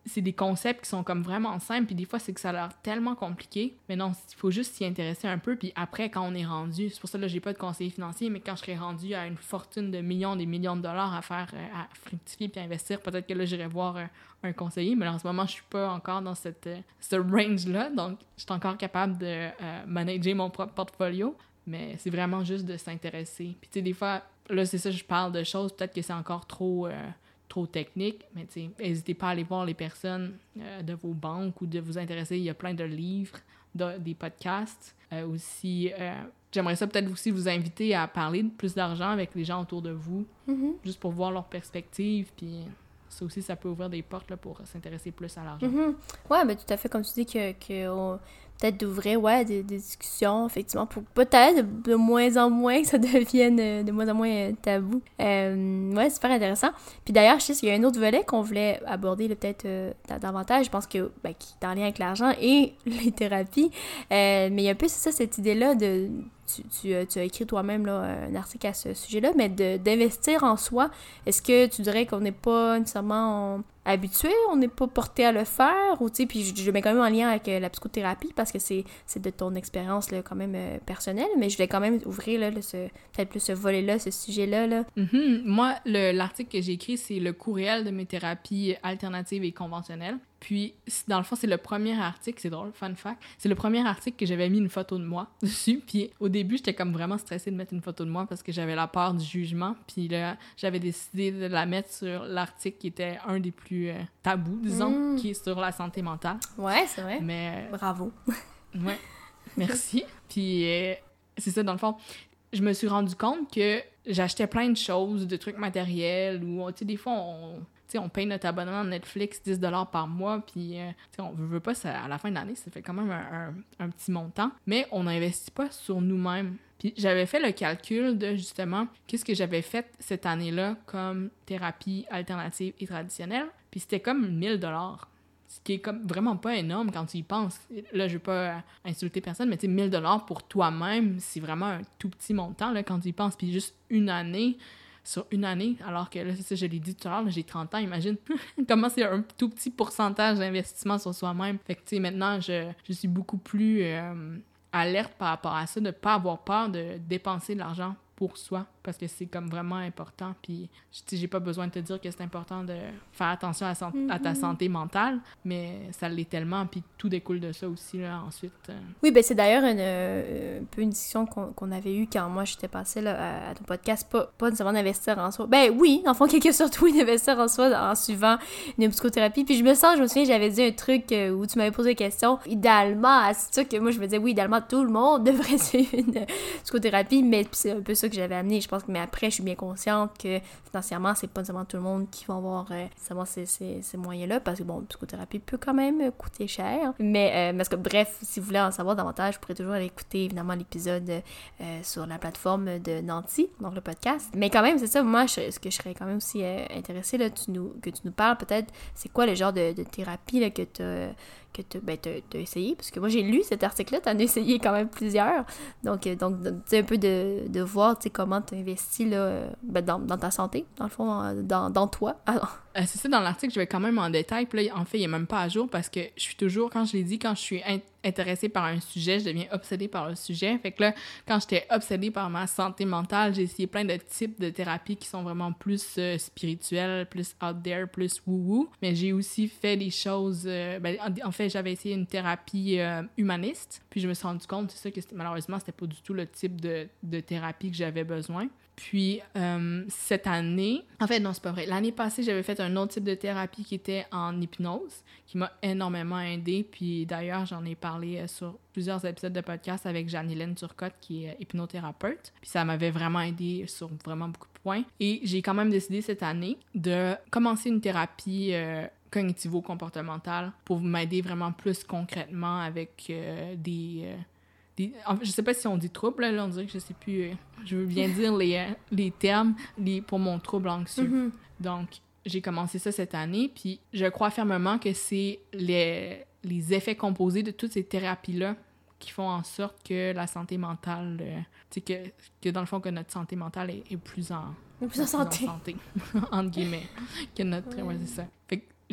c'est des concepts qui sont comme vraiment simples, puis des fois, c'est que ça a l'air tellement compliqué. Mais non, il faut juste s'y intéresser un peu, puis après, quand on est rendu, c'est pour ça que là, j'ai pas de conseiller financier, mais quand je serai rendu à une fortune de millions, des millions de dollars à faire, euh, à fructifier puis à investir, peut-être que là, j'irai voir euh, un conseiller, mais là, en ce moment, je suis pas encore dans cette, euh, ce range-là, donc je suis encore capable de euh, manager mon propre portfolio, mais c'est vraiment juste de s'intéresser. Puis tu sais, des fois, là, c'est ça, je parle de choses, peut-être que c'est encore trop... Euh, trop technique, mais tu sais, n'hésitez pas à aller voir les personnes euh, de vos banques ou de vous intéresser. Il y a plein de livres, de, des podcasts. Euh, aussi, euh, j'aimerais ça peut-être aussi vous inviter à parler de plus d'argent avec les gens autour de vous, mm-hmm. juste pour voir leur perspective, puis ça aussi, ça peut ouvrir des portes là, pour s'intéresser plus à l'argent. Mm-hmm. Ouais, mais tout à fait, comme tu dis, que, que on... peut-être d'ouvrir, ouais, des, des discussions, effectivement, pour peut-être de, de moins en moins que ça devienne de moins en moins euh, tabou. Euh, ouais, super intéressant. Puis d'ailleurs, je sais qu'il y a un autre volet qu'on voulait aborder, là, peut-être euh, davantage, je pense que, ben, qui est en lien avec l'argent et les thérapies. Euh, mais il y a un peu, c'est ça, cette idée-là de... Tu, tu, tu as écrit toi-même là, un article à ce sujet-là, mais de, d'investir en soi, est-ce que tu dirais qu'on n'est pas nécessairement habitué, on n'est pas porté à le faire, ou tu sais, puis je, je mets quand même en lien avec euh, la psychothérapie, parce que c'est, c'est de ton expérience là, quand même euh, personnelle, mais je voulais quand même ouvrir là, là, ce, peut-être plus ce volet-là, ce sujet-là. Là. Mm-hmm. Moi, le, l'article que j'ai écrit, c'est le coût réel de mes thérapies alternatives et conventionnelles. Puis, dans le fond, c'est le premier article, c'est drôle, fun fact, c'est le premier article que j'avais mis une photo de moi dessus. Puis au début, j'étais comme vraiment stressée de mettre une photo de moi parce que j'avais la peur du jugement. Puis là, j'avais décidé de la mettre sur l'article qui était un des plus euh, tabous, disons, mmh. qui est sur la santé mentale. Ouais, c'est vrai. Mais, euh, Bravo. Ouais, merci. Puis euh, c'est ça, dans le fond, je me suis rendu compte que j'achetais plein de choses, de trucs matériels, ou, tu sais, des fois, on... T'sais, on paye notre abonnement Netflix dix dollars par mois, puis euh, on veut, veut pas, ça, à la fin de l'année, ça fait quand même un, un, un petit montant, mais on n'investit pas sur nous-mêmes. Puis j'avais fait le calcul de, justement, qu'est-ce que j'avais fait cette année-là comme thérapie alternative et traditionnelle, puis c'était comme mille dollars. Ce qui est comme vraiment pas énorme quand tu y penses. Là, je veux pas insulter personne, mais tu sais, mille dollars pour toi-même, c'est vraiment un tout petit montant, là, quand tu y penses. Puis juste une année... sur une année, alors que là, c'est ça, je l'ai dit tout à l'heure, là, j'ai trente ans, imagine comment c'est un tout petit pourcentage d'investissement sur soi-même. Fait que, tu sais, maintenant, je, je suis beaucoup plus euh, alerte par rapport à ça, de pas avoir peur de dépenser de l'argent pour soi, parce que c'est comme vraiment important. Puis, tu sais, j'ai pas besoin de te dire que c'est important de faire attention à, san- mm-hmm. à ta santé mentale, mais ça l'est tellement, puis tout découle de ça aussi, là, ensuite. Euh... Oui, ben c'est d'ailleurs une, euh, un peu une discussion qu'on, qu'on avait eue quand moi, j'étais passée là, à, à ton podcast, pas, pas nécessairement d'investir en soi. Ben oui, en fond, quelque surtout d'investir en soi en suivant une psychothérapie. Puis je me sens, je me souviens, j'avais dit un truc euh, où tu m'avais posé la question, idéalement, c'est ça que moi, je me disais, oui, idéalement, tout le monde devrait suivre une psychothérapie, mais c'est un peu ça que j'avais amené, je pense que, mais après, je suis bien consciente que financièrement, c'est pas nécessairement tout le monde qui va avoir euh, nécessairement ces, ces, ces moyens-là, parce que bon, la psychothérapie peut quand même coûter cher, mais euh, parce que bref, si vous voulez en savoir davantage, vous pourrez toujours aller écouter évidemment l'épisode euh, sur la plateforme de Nancy, donc le podcast, mais quand même, c'est ça, moi, je, ce que je serais quand même aussi euh, intéressée, là, tu nous, que tu nous parles peut-être, c'est quoi le genre de, de thérapie là, que tu as que tu ben, as essayé, parce que moi j'ai lu cet article-là, tu en as essayé quand même plusieurs, donc, euh, donc tu sais, un peu de, de voir comment tu investis là, ben, dans, dans ta santé, dans le fond, dans, dans toi. Alors. Euh, c'est ça, dans l'article, je vais quand même en détail, puis là, en fait, il est même pas à jour, parce que je suis toujours, quand je l'ai dit, quand je suis in- intéressée par un sujet, je deviens obsédée par le sujet, fait que là, quand j'étais obsédée par ma santé mentale, j'ai essayé plein de types de thérapies qui sont vraiment plus euh, spirituelles, plus out there, plus woo-woo, mais j'ai aussi fait des choses, euh, ben, en, en fait, j'avais essayé une thérapie euh, humaniste, puis je me suis rendu compte, c'est ça, que c'était, malheureusement, c'était pas du tout le type de, de thérapie que j'avais besoin. Puis, euh, cette année... En fait, non, c'est pas vrai. L'année passée, j'avais fait un autre type de thérapie qui était en hypnose, qui m'a énormément aidée. Puis, d'ailleurs, j'en ai parlé euh, sur plusieurs épisodes de podcast avec Jeanne-Hélène Turcotte, qui est hypnothérapeute. Puis, ça m'avait vraiment aidée sur vraiment beaucoup de points. Et j'ai quand même décidé cette année de commencer une thérapie... Euh, cognitivo-comportementale pour m'aider vraiment plus concrètement avec euh, des... Euh, Des, je sais pas si on dit trouble, là, on dirait que je sais plus, euh, je veux bien dire les, euh, les termes les, pour mon trouble anxieux. Mm-hmm. Donc, j'ai commencé ça cette année, puis je crois fermement que c'est les, les effets composés de toutes ces thérapies-là qui font en sorte que la santé mentale, euh, tu sais, que, que dans le fond, que notre santé mentale est, est plus en, plus en santé, en santé entre guillemets, que notre... Ouais, ouais c'est ça. Fait que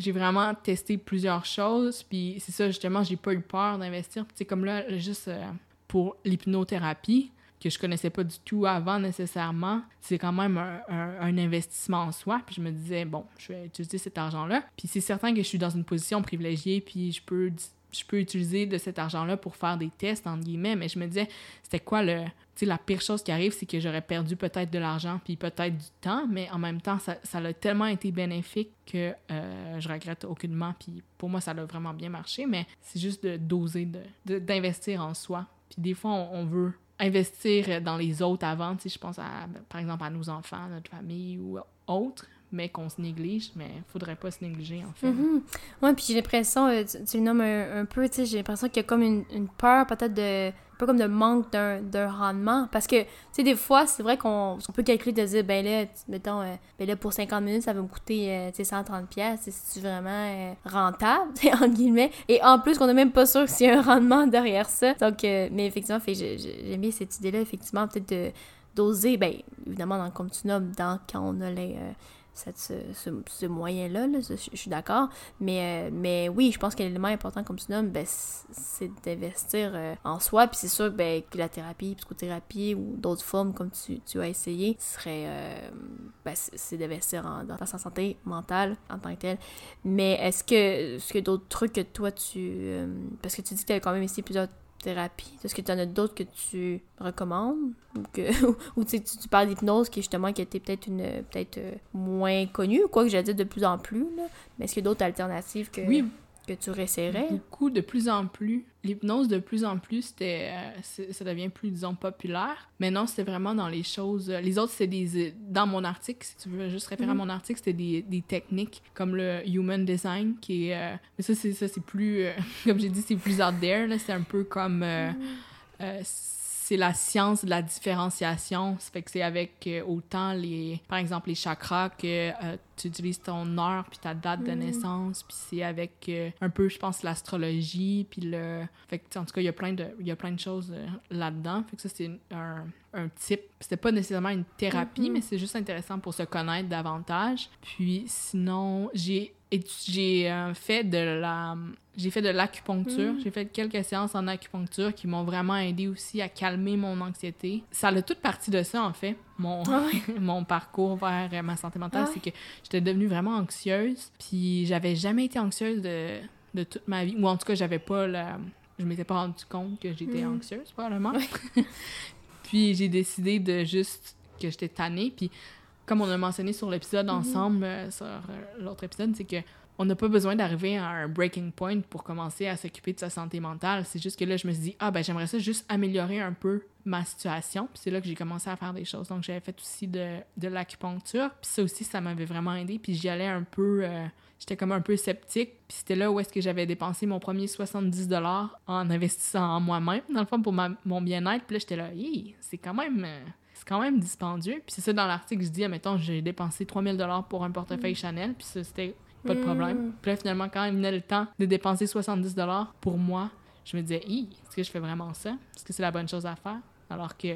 j'ai vraiment testé plusieurs choses, puis c'est ça, justement, j'ai pas eu peur d'investir. Puis tu sais, comme là, juste euh, pour l'hypnothérapie, que je connaissais pas du tout avant nécessairement, c'est quand même un, un, un investissement en soi. Puis je me disais, bon, je vais utiliser cet argent-là. Puis c'est certain que je suis dans une position privilégiée, puis je peux, je peux utiliser de cet argent-là pour faire des tests, entre guillemets, mais je me disais, c'était quoi le... Tu sais, la pire chose qui arrive, c'est que j'aurais perdu peut-être de l'argent puis peut-être du temps, mais en même temps, ça, ça a tellement été bénéfique que euh, je regrette aucunement. Puis pour moi, ça a vraiment bien marché, mais c'est juste de d'oser, de, de, d'investir en soi. Puis des fois, on, on veut investir dans les autres avant, tu sais, je pense à, par exemple, à nos enfants, notre famille ou autres, mais qu'on se néglige, mais il faudrait pas se négliger, en fait. Mm-hmm. Oui, puis j'ai l'impression, euh, tu, tu le nommes un, un peu, tu sais, j'ai l'impression qu'il y a comme une, une peur peut-être de... un peu comme de manque d'un, d'un rendement, parce que, tu sais, des fois, c'est vrai qu'on on peut calculer de dire, ben là, mettons, euh, ben là, pour cinquante minutes, ça va me coûter, euh, tu sais, cent trente piastres, c'est vraiment euh, rentable, tu sais, entre guillemets, et en plus, qu'on n'est même pas sûr s'il y a un rendement derrière ça, donc, euh, mais effectivement, fait, je, je, j'aime bien cette idée-là, effectivement, peut-être de, d'oser, ben, évidemment, dans, comme tu nommes, dans, quand on a les... Euh, Cette, ce, ce, ce moyen-là, là, je, je suis d'accord. Mais, euh, mais oui, je pense que l'élément important, comme tu nommes, ben, c'est d'investir euh, en soi. Puis c'est sûr ben, que la thérapie, psychothérapie ou d'autres formes, comme tu, tu as essayé, serait, euh, ben, c'est, c'est d'investir en, dans sa santé mentale en tant que telle. Mais est-ce que, est-ce que d'autres trucs que toi, tu... Euh, parce que tu dis que tu as quand même essayé plusieurs thérapie. Est-ce que tu en as d'autres que tu recommandes? Ou, que, ou tu, tu parles d'hypnose qui, justement, qui a été peut-être une peut-être euh, moins connue, quoi que j'allais dire de plus en plus, là. Mais est-ce qu'il y a d'autres alternatives que, oui, que tu réessayerais? Beaucoup, de plus en plus. L'hypnose, de plus en plus, c'était, euh, ça devient plus, disons, populaire. Mais non, c'était vraiment dans les choses... Les autres, c'était des... Dans mon article, si tu veux juste référer mm-hmm. à mon article, c'était des, des techniques comme le Human Design, qui est... Euh, mais ça, c'est, ça, c'est plus... Euh, comme j'ai dit, c'est plus out there, là. C'est un peu comme... Euh, mm-hmm. euh, c'est la science de la différenciation. Ça fait que c'est avec euh, autant les... Par exemple, les chakras que euh, tu utilises ton heure puis ta date mm. de naissance. Puis c'est avec euh, un peu, je pense, l'astrologie. Puis le... Fait que, en tout cas, il y a plein de, il y a plein de choses euh, là-dedans. Fait que ça, c'est un, un type. C'était pas nécessairement une thérapie, mm-hmm. mais c'est juste intéressant pour se connaître davantage. Puis sinon, j'ai... Et j'ai euh, fait de la j'ai fait de l'acupuncture. Mmh. J'ai fait quelques séances en acupuncture qui m'ont vraiment aidé aussi à calmer mon anxiété. Ça a toute partie de ça, en fait, mon, ah ouais. mon parcours vers ma santé mentale. Ah ouais. C'est que j'étais devenue vraiment anxieuse. Puis j'avais jamais été anxieuse de, de toute ma vie. Ou en tout cas, j'avais pas la... Je m'étais pas rendu compte que j'étais mmh. anxieuse, probablement. Ouais. Puis j'ai décidé de juste... que j'étais tannée. Puis comme on a mentionné sur l'épisode mm-hmm. ensemble, euh, sur euh, l'autre épisode, c'est que on n'a pas besoin d'arriver à un breaking point pour commencer à s'occuper de sa santé mentale. C'est juste que là, je me suis dit, ah ben j'aimerais ça juste améliorer un peu ma situation. Puis c'est là que j'ai commencé à faire des choses. Donc j'avais fait aussi de, de l'acupuncture. Puis ça aussi, ça m'avait vraiment aidé. Puis j'y allais un peu... Euh, j'étais comme un peu sceptique. Puis c'était là où est-ce que j'avais dépensé mon premier soixante-dix dollars en investissant en moi-même, dans le fond, pour ma, mon bien-être. Puis là, j'étais là, hey, c'est quand même... Euh, c'est quand même dispendieux. Puis c'est ça, dans l'article, je dis, admettons, j'ai dépensé trois mille dollars pour un portefeuille mm. Chanel, puis ça, c'était pas de problème. Mm. Puis là, finalement, quand il venait le temps de dépenser soixante-dix dollars pour moi, je me disais, hi, est-ce que je fais vraiment ça? Est-ce que c'est la bonne chose à faire? Alors que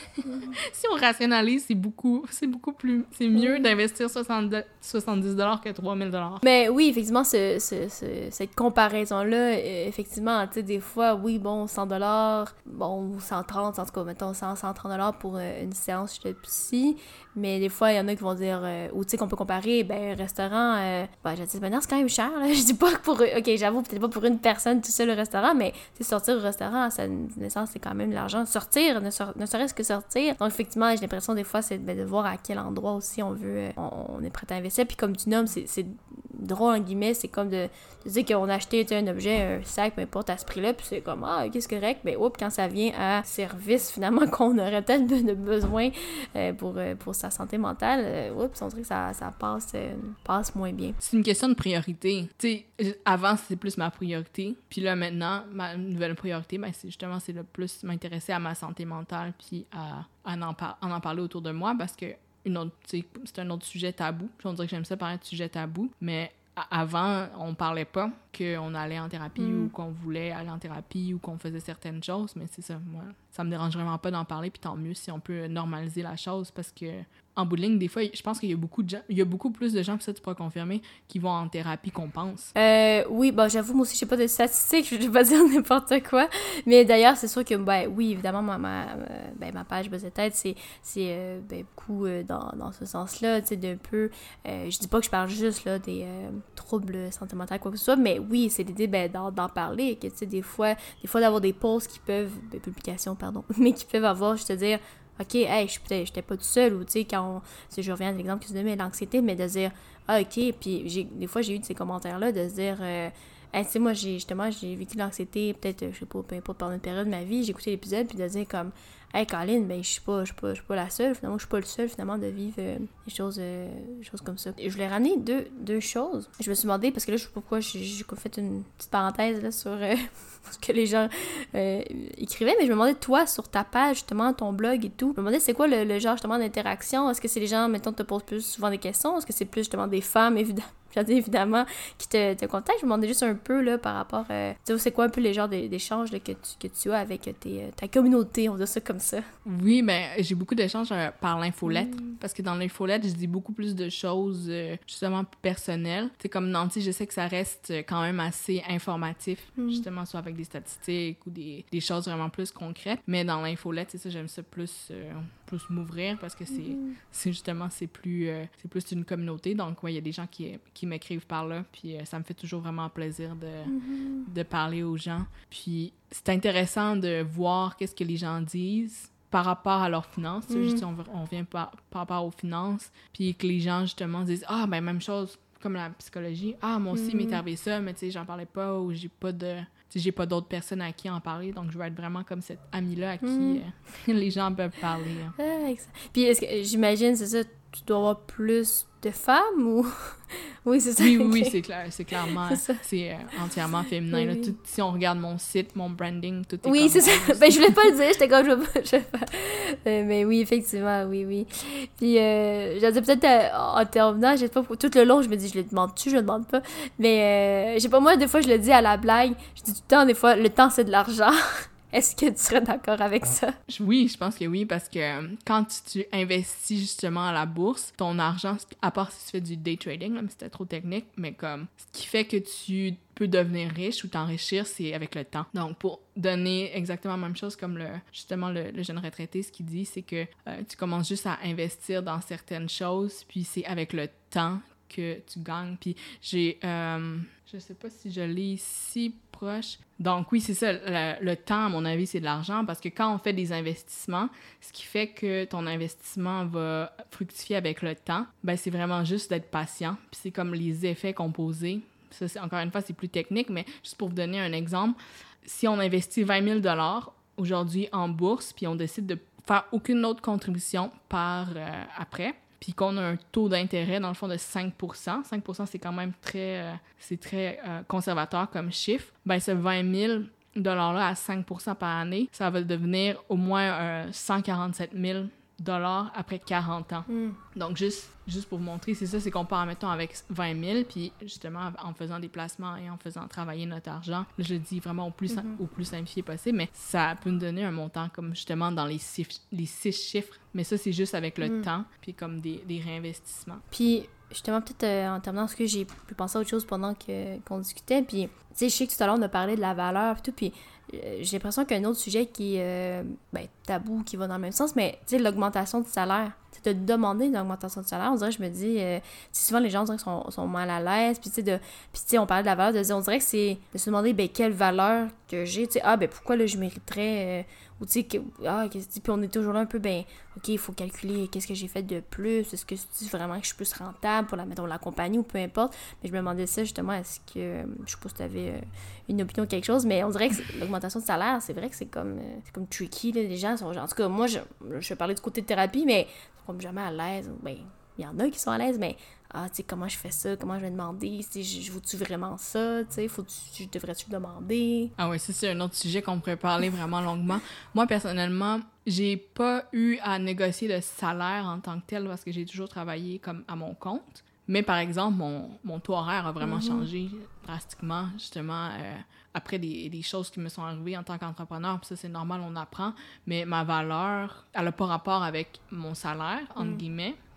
si on rationalise, c'est beaucoup, c'est beaucoup plus... C'est mieux d'investir soixante-dix dollars que trois mille dollars. Mais oui, effectivement, ce, ce, ce, cette comparaison-là, euh, effectivement, tu sais, des fois, oui, bon, cent dollars, bon, cent trente, en tout cas, mettons, cent, cent trente dollars pour euh, une séance chez le psy, mais des fois, il y en a qui vont dire, euh, ou tu sais, qu'on peut comparer, ben, restaurant, euh, ben, je dis, ben non, c'est quand même cher, là, je dis pas que pour... Ok, j'avoue, peut-être pas pour une personne tout seul le restaurant, mais, tu sais, sortir au restaurant à sa naissance, c'est quand même de l'argent. Sortir, ne, ne serait-ce que sortir. Donc, effectivement, j'ai l'impression, des fois, c'est ben, de voir à quel endroit aussi on veut, on, on est prêt à investir. Puis, comme tu nommes, c'est, c'est drôle, en guillemets, c'est comme de, de dire qu'on a acheté un objet, un sac, peu importe, à ce prix-là, puis c'est comme, ah, qu'est-ce que correct, mais oups, quand ça vient à service, finalement, qu'on aurait peut-être de besoin euh, pour, euh, pour sa santé mentale, euh, oups, on dirait que ça, ça passe, euh, passe moins bien. C'est une question de priorité. Tu sais, avant, c'était plus ma priorité, puis là, maintenant, ma nouvelle priorité, ben, c'est justement, c'est le plus m'intéresser à ma santé mentale, puis à, à en, par- en en parler autour de moi, parce que une autre, c'est un autre sujet tabou. On dirait que j'aime ça parler de sujet tabou, mais a- avant, on parlait pas qu'on allait en thérapie mm. ou qu'on voulait aller en thérapie ou qu'on faisait certaines choses, mais c'est ça, moi, ça me dérange vraiment pas d'en parler, puis tant mieux si on peut normaliser la chose, parce que en bout de ligne, des fois, je pense qu'il y a beaucoup de gens, il y a beaucoup plus de gens, puis ça, tu pourras confirmer, qui vont en thérapie qu'on pense. Euh, oui, bon, j'avoue, moi aussi, je sais pas de statistiques, je vais pas dire n'importe quoi, mais d'ailleurs, c'est sûr que, ben, oui, évidemment, ma, ma, ben, ma page Buzz de tête, c'est, c'est euh, ben, beaucoup euh, dans, dans ce sens-là, tu sais, d'un peu, euh, je dis pas que je parle juste, là, des euh, troubles santé mentale, quoi que ce soit, mais oui, c'est l'idée, ben, d'en, d'en parler, que, tu sais, des fois, des fois, d'avoir des posts qui peuvent, ben, publications, pardon, mais qui peuvent avoir, je te dire, OK, hey, j'étais pas toute seule, ou tu sais, quand on, tu sais, je reviens à l'exemple que tu donnais, l'anxiété, mais de dire, ah, OK, puis j'ai, des fois, j'ai eu de ces commentaires-là, de se dire, euh, hey, tu sais, moi, j'ai, justement, j'ai vécu l'anxiété, peut-être, je sais pas, peu importe, pendant une période de ma vie, j'ai écouté l'épisode, puis de dire, comme, hey, Colin, ben, je suis pas, je suis pas, je suis pas la seule, finalement, je suis pas le seul, finalement, de vivre euh, des choses, euh, des choses comme ça. Et je voulais ramener deux, deux choses. Je me suis demandé, parce que là, je sais pas pourquoi, j'ai, j'ai fait une petite parenthèse, là, sur euh, ce que les gens euh, écrivaient, mais je me demandais, toi, sur ta page, justement, ton blog et tout, je me demandais, c'est quoi le, le genre, justement, d'interaction? Est-ce que c'est les gens, mettons, te posent plus souvent des questions? Est-ce que c'est plus, justement, des femmes, évidemment? évidemment, qui te, te contactent. Je me demandais juste un peu, là, par rapport... Euh, tu sais, c'est quoi un peu les genres d'échanges là, que, tu, que tu as avec tes, ta communauté, on dit ça comme ça? Oui, mais j'ai beaucoup d'échanges euh, par l'infolette, Mm. parce que dans l'infolette, je dis beaucoup plus de choses, euh, justement, personnelles. Tu sais, comme Nancy, je sais que ça reste quand même assez informatif, mm. justement, soit avec des statistiques ou des, des choses vraiment plus concrètes. Mais dans l'infolette, c'est ça, j'aime ça plus... Euh, plus m'ouvrir parce que c'est, mm. c'est justement, c'est plus, euh, c'est plus une communauté. Donc, ouais, il y a des gens qui, qui m'écrivent par là, puis euh, ça me fait toujours vraiment plaisir de, mm-hmm. de parler aux gens. Puis, c'est intéressant de voir qu'est-ce que les gens disent par rapport à leurs finances. Mm. Tu sais, on, on vient par, par rapport aux finances, puis que les gens, justement, disent « Ah, ben même chose, comme la psychologie. Ah, moi aussi, mm. m'est arrivé ça, mais tu sais, j'en parlais pas ou j'ai pas de... » T'sais, j'ai pas d'autres personnes à qui en parler, donc je veux être vraiment comme cette amie-là à qui mm. euh, les gens peuvent parler. Ah, puis est-ce que, j'imagine, c'est ça, tu dois avoir plus de femmes ou... oui, c'est ça. Oui, okay. oui, c'est clair, c'est clairement, c'est, c'est euh, entièrement féminin. Oui, là. Oui. Tout, si on regarde mon site, mon branding, tout est oui, comme c'est ça. Ben, je voulais pas le dire, j'étais comme, je veux pas, je veux pas. Euh, mais oui, effectivement, oui, oui. Puis, euh, j'en dis peut-être euh, en terminant, je sais pas, tout le long, je me dis, je le demande-tu, je le demande pas. Mais, euh, je sais pas, moi, des fois, je le dis à la blague, je dis tout le temps, des fois, le temps, c'est de l'argent. Est-ce que tu serais d'accord avec ça? Oui, je pense que oui, parce que quand tu, tu investis justement à la bourse, ton argent, à part si tu fais du day trading, là, mais c'était trop technique, mais comme ce qui fait que tu peux devenir riche ou t'enrichir, c'est avec le temps. Donc, pour donner exactement la même chose comme le, justement le, le jeune retraité, ce qu'il dit, c'est que euh, tu commences juste à investir dans certaines choses, puis c'est avec le temps que tu gagnes. Puis j'ai... Euh, je sais pas si je l'ai ici proche. Donc oui, c'est ça. Le, le temps, à mon avis, c'est de l'argent parce que quand on fait des investissements, ce qui fait que ton investissement va fructifier avec le temps, ben c'est vraiment juste d'être patient. Puis c'est comme les effets composés. Ça, c'est, encore une fois, c'est plus technique, mais juste pour vous donner un exemple, si on investit vingt mille dollars aujourd'hui en bourse, puis on décide de faire aucune autre contribution par euh, après, puis qu'on a un taux d'intérêt, dans le fond, de cinq pour cent. cinq pour cent, c'est quand même très, euh, c'est très euh, conservateur comme chiffre. Ben, ce vingt mille dollars-là à cinq pour cent par année, ça va devenir au moins euh, cent quarante-sept mille dollars après quarante ans. Mm. Donc, juste, juste pour vous montrer, c'est ça, c'est qu'on part, mettons, avec vingt mille, puis justement, en faisant des placements et en faisant travailler notre argent, là, je le dis vraiment au plus, mm-hmm. au plus simplifié possible, mais ça peut nous donner un montant comme justement dans les six, les six chiffres, mais ça, c'est juste avec le mm. temps, puis comme des, des réinvestissements. Puis, justement, peut-être euh, en terminant, parce que j'ai pu penser à autre chose pendant que, qu'on discutait, puis, tu sais, je sais que tout à l'heure, on a parlé de la valeur, et tout, puis euh, j'ai l'impression qu'il y a un autre sujet qui est, euh, ben, tabou, qui va dans le même sens, mais, tu sais, l'augmentation du salaire. Tu sais, de demander une augmentation de salaire, on dirait, je me dis, euh, souvent, les gens, on dirait qu'ils sont, sont mal à l'aise, puis, tu sais, de, puis, tu sais, on parlait de la valeur, de dire, on dirait que c'est de se demander, ben, quelle valeur que j'ai, tu sais, ah, ben, pourquoi, là, je mériterais... Euh, ou tu sais, que, ah, puis on est toujours là un peu, ben, ok, il faut calculer qu'est-ce que j'ai fait de plus, est-ce que c'est vraiment que je suis plus rentable pour la, mettons, la compagnie ou peu importe. Mais je me demandais ça, justement, est-ce que, euh, je sais pas si tu avais euh, une opinion ou quelque chose, mais on dirait que l'augmentation de salaire, c'est vrai que c'est comme, euh, c'est comme tricky, là, les gens sont, en tout cas, moi, je, je vais parler du côté de thérapie, mais ils sont comme jamais à l'aise, ben, il y en a qui sont à l'aise, mais ah, tu sais, comment je fais ça, comment je vais demander, tu sais, je veux-tu vraiment ça, tu sais, faut-tu, je devrais-tu demander? Ah ouais, ça, c'est un autre sujet qu'on pourrait parler vraiment longuement. Moi, personnellement, j'ai pas eu à négocier de salaire en tant que tel parce que j'ai toujours travaillé comme à mon compte. Mais par exemple, mon, mon taux horaire a vraiment mm-hmm. changé drastiquement, justement, euh, après des, des choses qui me sont arrivées en tant qu'entrepreneur. Puis ça, c'est normal, on apprend. Mais ma valeur, elle n'a pas rapport avec mon salaire, entre mm. guillemets.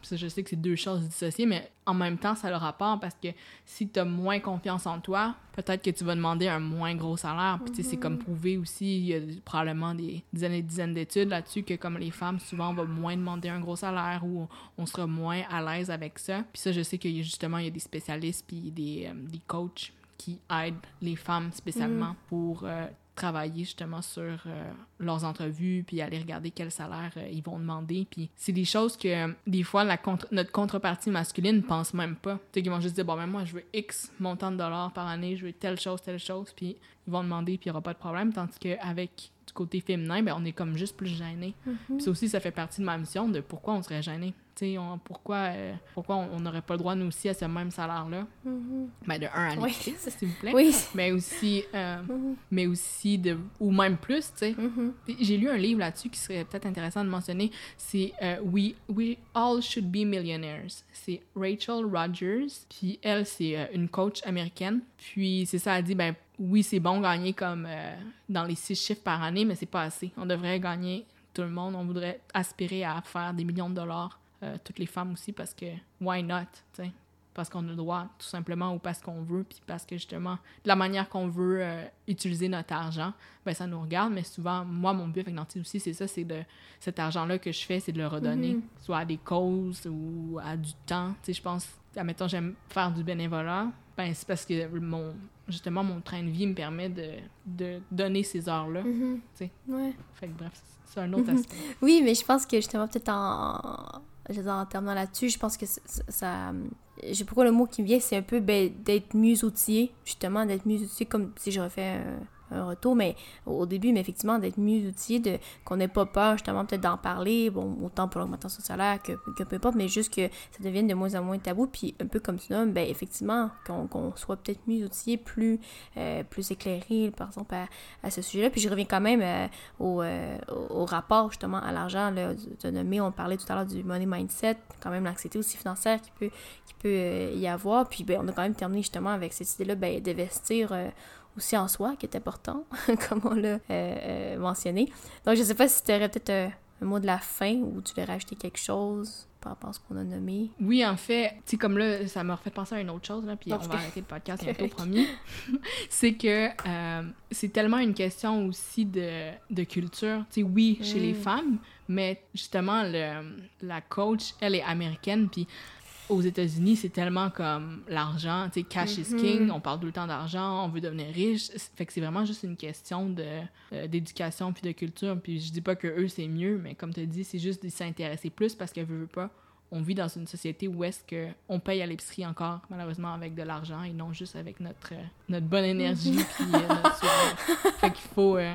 Ça, je sais que c'est deux choses dissociées, mais en même temps, ça a le rapport parce que si tu as moins confiance en toi, peut-être que tu vas demander un moins gros salaire. Puis, tu sais, c'est comme prouvé aussi, il y a probablement des dizaines et dizaines d'études là-dessus que, comme les femmes, souvent, on va moins demander un gros salaire ou on sera moins à l'aise avec ça. Puis ça, je sais qu'il y a justement, il y a des spécialistes puis des, euh, des coachs qui aident les femmes spécialement mm-hmm. pour euh, travailler justement sur euh, leurs entrevues puis aller regarder quel salaire euh, ils vont demander. Puis c'est des choses que euh, des fois la contre- notre contrepartie masculine ne pense même pas. Tu sais, qu'ils vont juste dire, bon, ben moi, je veux X montant de dollars par année, je veux telle chose, telle chose, puis ils vont demander puis il n'y aura pas de problème. Tandis qu'avec du côté féminin, ben on est comme juste plus gêné. Mm-hmm. Puis ça aussi, ça fait partie de ma mission de pourquoi on serait gêné. Tu sais, on, pourquoi, euh, pourquoi on n'aurait pas le droit, nous aussi, à ce même salaire-là? Mm-hmm. Ben, de un à oui. s'il vous plaît. Oui. Mais aussi, euh, mm-hmm. mais aussi de... Ou même plus, tu sais. Mm-hmm. J'ai lu un livre là-dessus qui serait peut-être intéressant de mentionner. C'est euh, We, We All Should Be Millionaires. C'est Rachel Rodgers. Puis elle, c'est euh, une coach américaine. Puis c'est ça, elle dit, ben oui, c'est bon gagner comme euh, dans les six chiffres par année, mais c'est pas assez. On devrait gagner, tout le monde, on voudrait aspirer à faire des millions de dollars. Euh, toutes les femmes aussi, parce que why not, tu sais, parce qu'on a le droit, tout simplement, ou parce qu'on veut, puis parce que, justement, de la manière qu'on veut euh, utiliser notre argent, ben ça nous regarde, mais souvent, moi, mon but avec Nanti aussi, c'est ça, c'est de, cet argent-là que je fais, c'est de le redonner, mm-hmm. soit à des causes ou à du temps, tu sais, je pense, admettons, j'aime faire du bénévolat, ben c'est parce que, mon justement, mon train de vie me permet de, de donner ces heures-là, mm-hmm. tu sais. Ouais. Fait que bref, c'est un autre aspect. Oui, mais je pense que, justement, peut-être en... Je veux dire, en terminant là-dessus, je pense que ça... ça je sais pourquoi le mot qui me vient, c'est un peu ben, d'être mieux outillé, justement, d'être mieux outillé, comme si j'aurais fait un, un retour, mais au début, mais effectivement, d'être mieux outillé, de, qu'on n'ait pas peur, justement, peut-être d'en parler, bon, autant pour l'augmentation du salaire que, que peu importe, mais juste que ça devienne de moins en moins tabou, puis un peu comme tu nommes, ben effectivement, qu'on, qu'on soit peut-être mieux outillé, plus, euh, plus éclairé, par exemple, à, à ce sujet-là. Puis je reviens quand même euh, au, euh, au rapport, justement, à l'argent, là, de nommer, on parlait tout à l'heure du money mindset, quand même l'anxiété aussi financière qui peut, qui peut euh, y avoir, puis ben on a quand même terminé, justement, avec cette idée-là, ben d'investir euh, aussi en soi, qui est important, comme on l'a euh, euh, mentionné. Donc, je sais pas si tu aurais peut-être un, un mot de la fin ou tu voulais rajouter quelque chose par rapport à ce qu'on a nommé. Oui, en fait, tu sais, comme là, ça m'a refait penser à une autre chose, là, puis okay. on va arrêter le podcast bientôt, promis. C'est que euh, c'est tellement une question aussi de, de culture. Tu sais, oui, mm. chez les femmes, mais justement, le, la coach, elle est américaine, puis aux États-Unis, c'est tellement comme l'argent, tu sais, cash mm-hmm. is king, on parle tout le temps d'argent, on veut devenir riche, fait que c'est vraiment juste une question de, euh, d'éducation puis de culture, puis je dis pas que eux c'est mieux, mais comme tu as dit, c'est juste de s'intéresser plus parce que veut, veut pas, on vit dans une société où est-ce qu'on paye à l'épicerie encore, malheureusement, avec de l'argent et non juste avec notre, euh, notre bonne énergie mm-hmm. puis euh, notre sourire. Fait qu'il faut... Euh,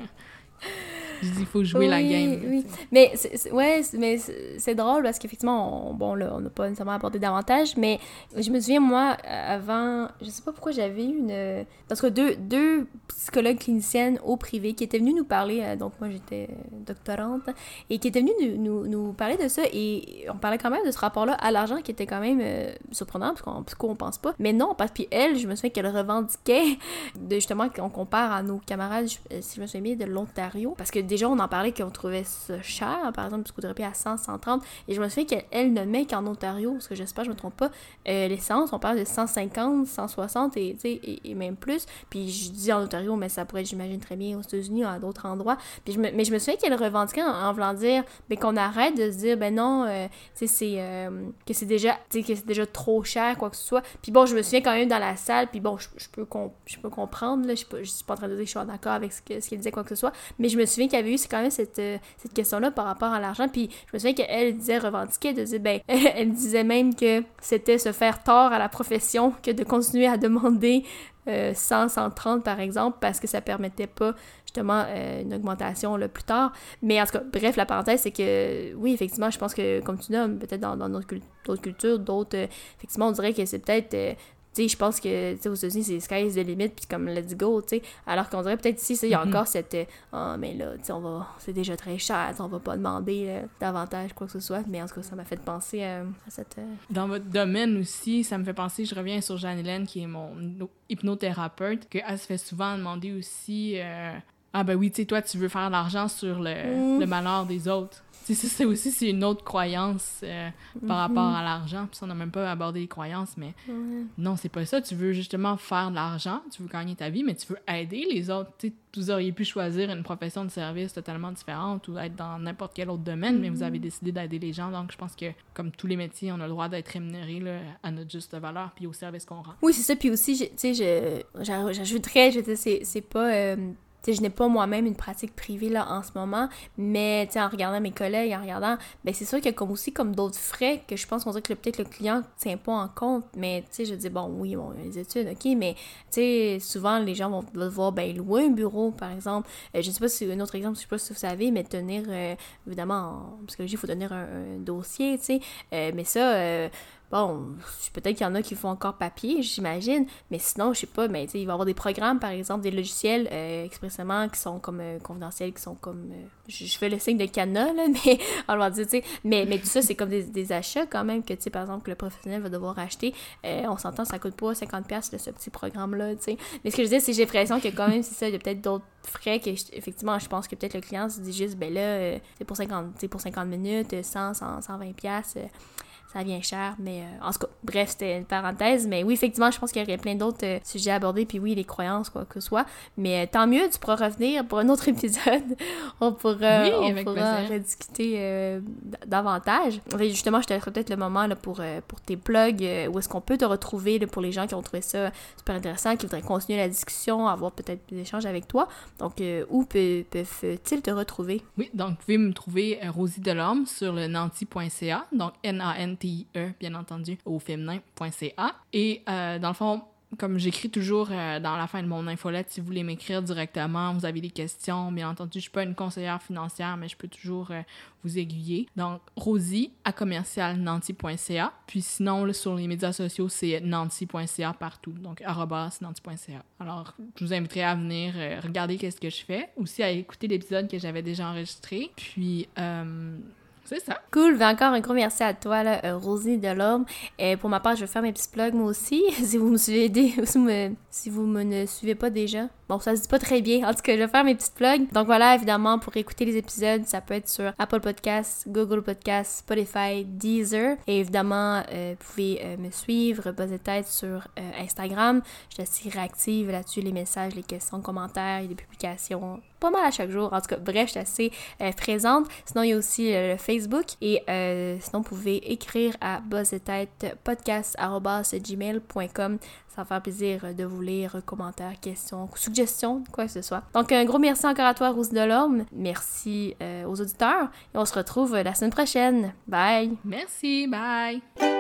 Je dis, il faut jouer oui, la game. Oui, là, mais, c'est, c'est, ouais, c'est, mais c'est, c'est drôle parce qu'effectivement, on, bon, là, on n'a pas nécessairement abordé davantage, mais je me souviens, moi, avant, je sais pas pourquoi j'avais eu une... Parce que deux, deux psychologues cliniciennes au privé qui étaient venues nous parler, euh, donc moi, j'étais doctorante, et qui étaient venues nous, nous, nous parler de ça, et on parlait quand même de ce rapport-là à l'argent qui était quand même euh, surprenant, parce qu'on, parce qu'on pense pas. Mais non, parce que puis elle, je me souviens qu'elle revendiquait, de, justement, qu'on compare à nos camarades, si je me souviens bien, de l'Ontario, parce que déjà, on en parlait qu'on trouvait ça cher, par exemple, psychothérapie à cent, cent trente, et je me souviens qu'elle elle nommait qu'en Ontario, parce que j'espère que je me trompe pas, euh, l'essence, on parle de cent cinquante, cent soixante, et, et, et même plus, puis je dis en Ontario, mais ça pourrait être, j'imagine, très bien aux États-Unis ou à d'autres endroits, puis je me, mais je me souviens qu'elle revendiquait en, en voulant dire, ben, qu'on arrête de se dire, ben non, euh, tu sais, c'est, euh, que c'est déjà, tu sais, que c'est déjà trop cher, quoi que ce soit, puis bon, je me souviens quand même dans la salle, puis bon, je, je, peux, comp- je peux comprendre, là, je, je suis pas en train de dire que je suis en accord avec ce, que, ce qu'elle disait, quoi que ce soit, mais je me souviens qu'il y avait eu c'est quand même cette, euh, cette question-là par rapport à l'argent, puis je me souviens qu'elle disait revendiquer, de dire, ben, elle disait même que c'était se faire tort à la profession que de continuer à demander euh, cent, cent trente par exemple, parce que ça permettait pas justement euh, une augmentation là, plus tard. Mais en tout cas, bref, la parenthèse, c'est que oui, effectivement, je pense que, comme tu nommes, peut-être dans, dans d'autres, cult- d'autres cultures, d'autres, euh, effectivement, on dirait que c'est peut-être... Euh, tu sais, je pense que, tu sais, aux États-Unis, c'est sky's the limit, puis comme let's go, tu sais. Alors qu'on dirait peut-être ici, il y a mm-hmm. encore cette, ah, oh, mais là, tu sais, on va, c'est déjà très cher, on va pas demander là, davantage, quoi que ce soit. Mais en tout cas, ça m'a fait penser euh, à cette. Euh... Dans votre domaine aussi, ça me fait penser, je reviens sur Jeanne-Hélène, qui est mon hypnothérapeute, qu'elle se fait souvent demander aussi, euh, Ah ben oui, tu sais, toi, tu veux faire de l'argent sur le, Mm. le malheur des autres. Tu sais, ça, c'est aussi c'est une autre croyance euh, par Mhm. rapport à l'argent. Puis ça, on n'a même pas abordé les croyances, mais Ouais. non, c'est pas ça. Tu veux justement faire de l'argent, tu veux gagner ta vie, mais tu veux aider les autres. Tu sais, vous auriez pu choisir une profession de service totalement différente ou être dans n'importe quel autre domaine, mais vous avez décidé d'aider les gens. Donc, je pense que, comme tous les métiers, on a le droit d'être rémunéré là, à notre juste valeur puis au service qu'on rend. Oui, c'est ça. Puis aussi, tu sais, je, j'aj- j'ajouterais, je veux dire, c'est, c'est pas... euh, tu sais, je n'ai pas moi-même une pratique privée là en ce moment, mais tu sais, en regardant mes collègues, en regardant, ben c'est sûr qu'il y a comme aussi comme d'autres frais que je pense qu'on dirait que le- peut-être le client tient pas en compte, mais tu sais, je dis, bon, oui, bon, les études, ok, mais tu sais, souvent les gens vont devoir, ben, louer un bureau, par exemple. Euh, je sais pas si, un autre exemple, je sais pas si vous savez, mais tenir, euh, évidemment, en psychologie, il faut tenir un, un dossier, tu sais, euh, mais ça, euh, bon, peut-être qu'il y en a qui font encore papier, j'imagine, mais sinon, je sais pas, mais tu sais, il va y avoir des programmes, par exemple, des logiciels euh, expressément qui sont comme euh, confidentiels, qui sont comme... euh, je, je fais le signe de cadenas, là, mais on va dire, tu sais, mais, mais tout ça, c'est comme des, des achats quand même que, tu sais, par exemple, que le professionnel va devoir acheter. Euh, on s'entend, ça coûte pas cinquante dollars de ce petit programme-là, tu sais. Mais ce que je dis, c'est que j'ai l'impression que quand même, c'est ça, il y a peut-être d'autres frais que, je- effectivement, je pense que peut-être le client se dit juste, ben là, euh, c'est pour cinquante, tu sais, pour cinquante minutes, cent, cent, cent vingt dollars, euh, ça vient cher, mais euh, en tout cas, bref, c'était une parenthèse, mais oui, effectivement, je pense qu'il y aurait plein d'autres euh, sujets à aborder, puis oui, les croyances, quoi que ce soit, mais euh, tant mieux, tu pourras revenir pour un autre épisode, on pourra, Oui, on avec pourra plaisir. rediscuter euh, d- davantage. Enfin, justement, je te laisserai peut-être le moment là, pour, euh, pour tes blogs, euh, où est-ce qu'on peut te retrouver là, pour les gens qui ont trouvé ça super intéressant, qui voudraient continuer la discussion, avoir peut-être des échanges avec toi, donc euh, où pe- peuvent-ils te retrouver? Oui, donc vous pouvez me trouver euh, Rosie Delorme sur le nanti point c a, donc N A N T I E, bien entendu, au féminin point c a. Et euh, dans le fond, comme j'écris toujours euh, dans la fin de mon infolette, si vous voulez m'écrire directement, vous avez des questions, bien entendu, je suis pas une conseillère financière, mais je peux toujours euh, vous aiguiller. Donc, Rosie à commercial nanti point c a. Puis sinon, là, sur les médias sociaux, c'est nanti point c a partout. Donc, arobase nanti point c a. Alors, je vous inviterai à venir euh, regarder qu'est-ce que je fais. Aussi, à écouter l'épisode que j'avais déjà enregistré. Puis, euh, c'est ça. Cool, ben encore un gros merci à toi, là, euh, Rosie Delorme. Et pour ma part, je vais faire mes petits plugs moi aussi, si vous me suivez, des- si vous me, si vous me ne suivez pas déjà. Bon, ça se dit pas très bien. En tout cas, je vais faire mes petites plugs. Donc voilà, évidemment, pour écouter les épisodes, ça peut être sur Apple Podcasts, Google Podcasts, Spotify, Deezer. Et évidemment, euh, vous pouvez euh, me suivre, Buzz et Tête, sur euh, Instagram. Je suis assez réactive là-dessus, les messages, les questions, commentaires, il y a des publications pas mal à chaque jour. En tout cas, bref, je suis assez euh, présente. Sinon, il y a aussi euh, le Facebook. Et euh, sinon, vous pouvez écrire à buzz et tête podcast arobase gmail point com. Ça va faire plaisir de vous lire, commentaires, questions, suggestions, quoi que ce soit. Donc, un gros merci encore à toi, Rosie Delorme. Merci euh, aux auditeurs. Et on se retrouve la semaine prochaine. Bye! Merci, bye!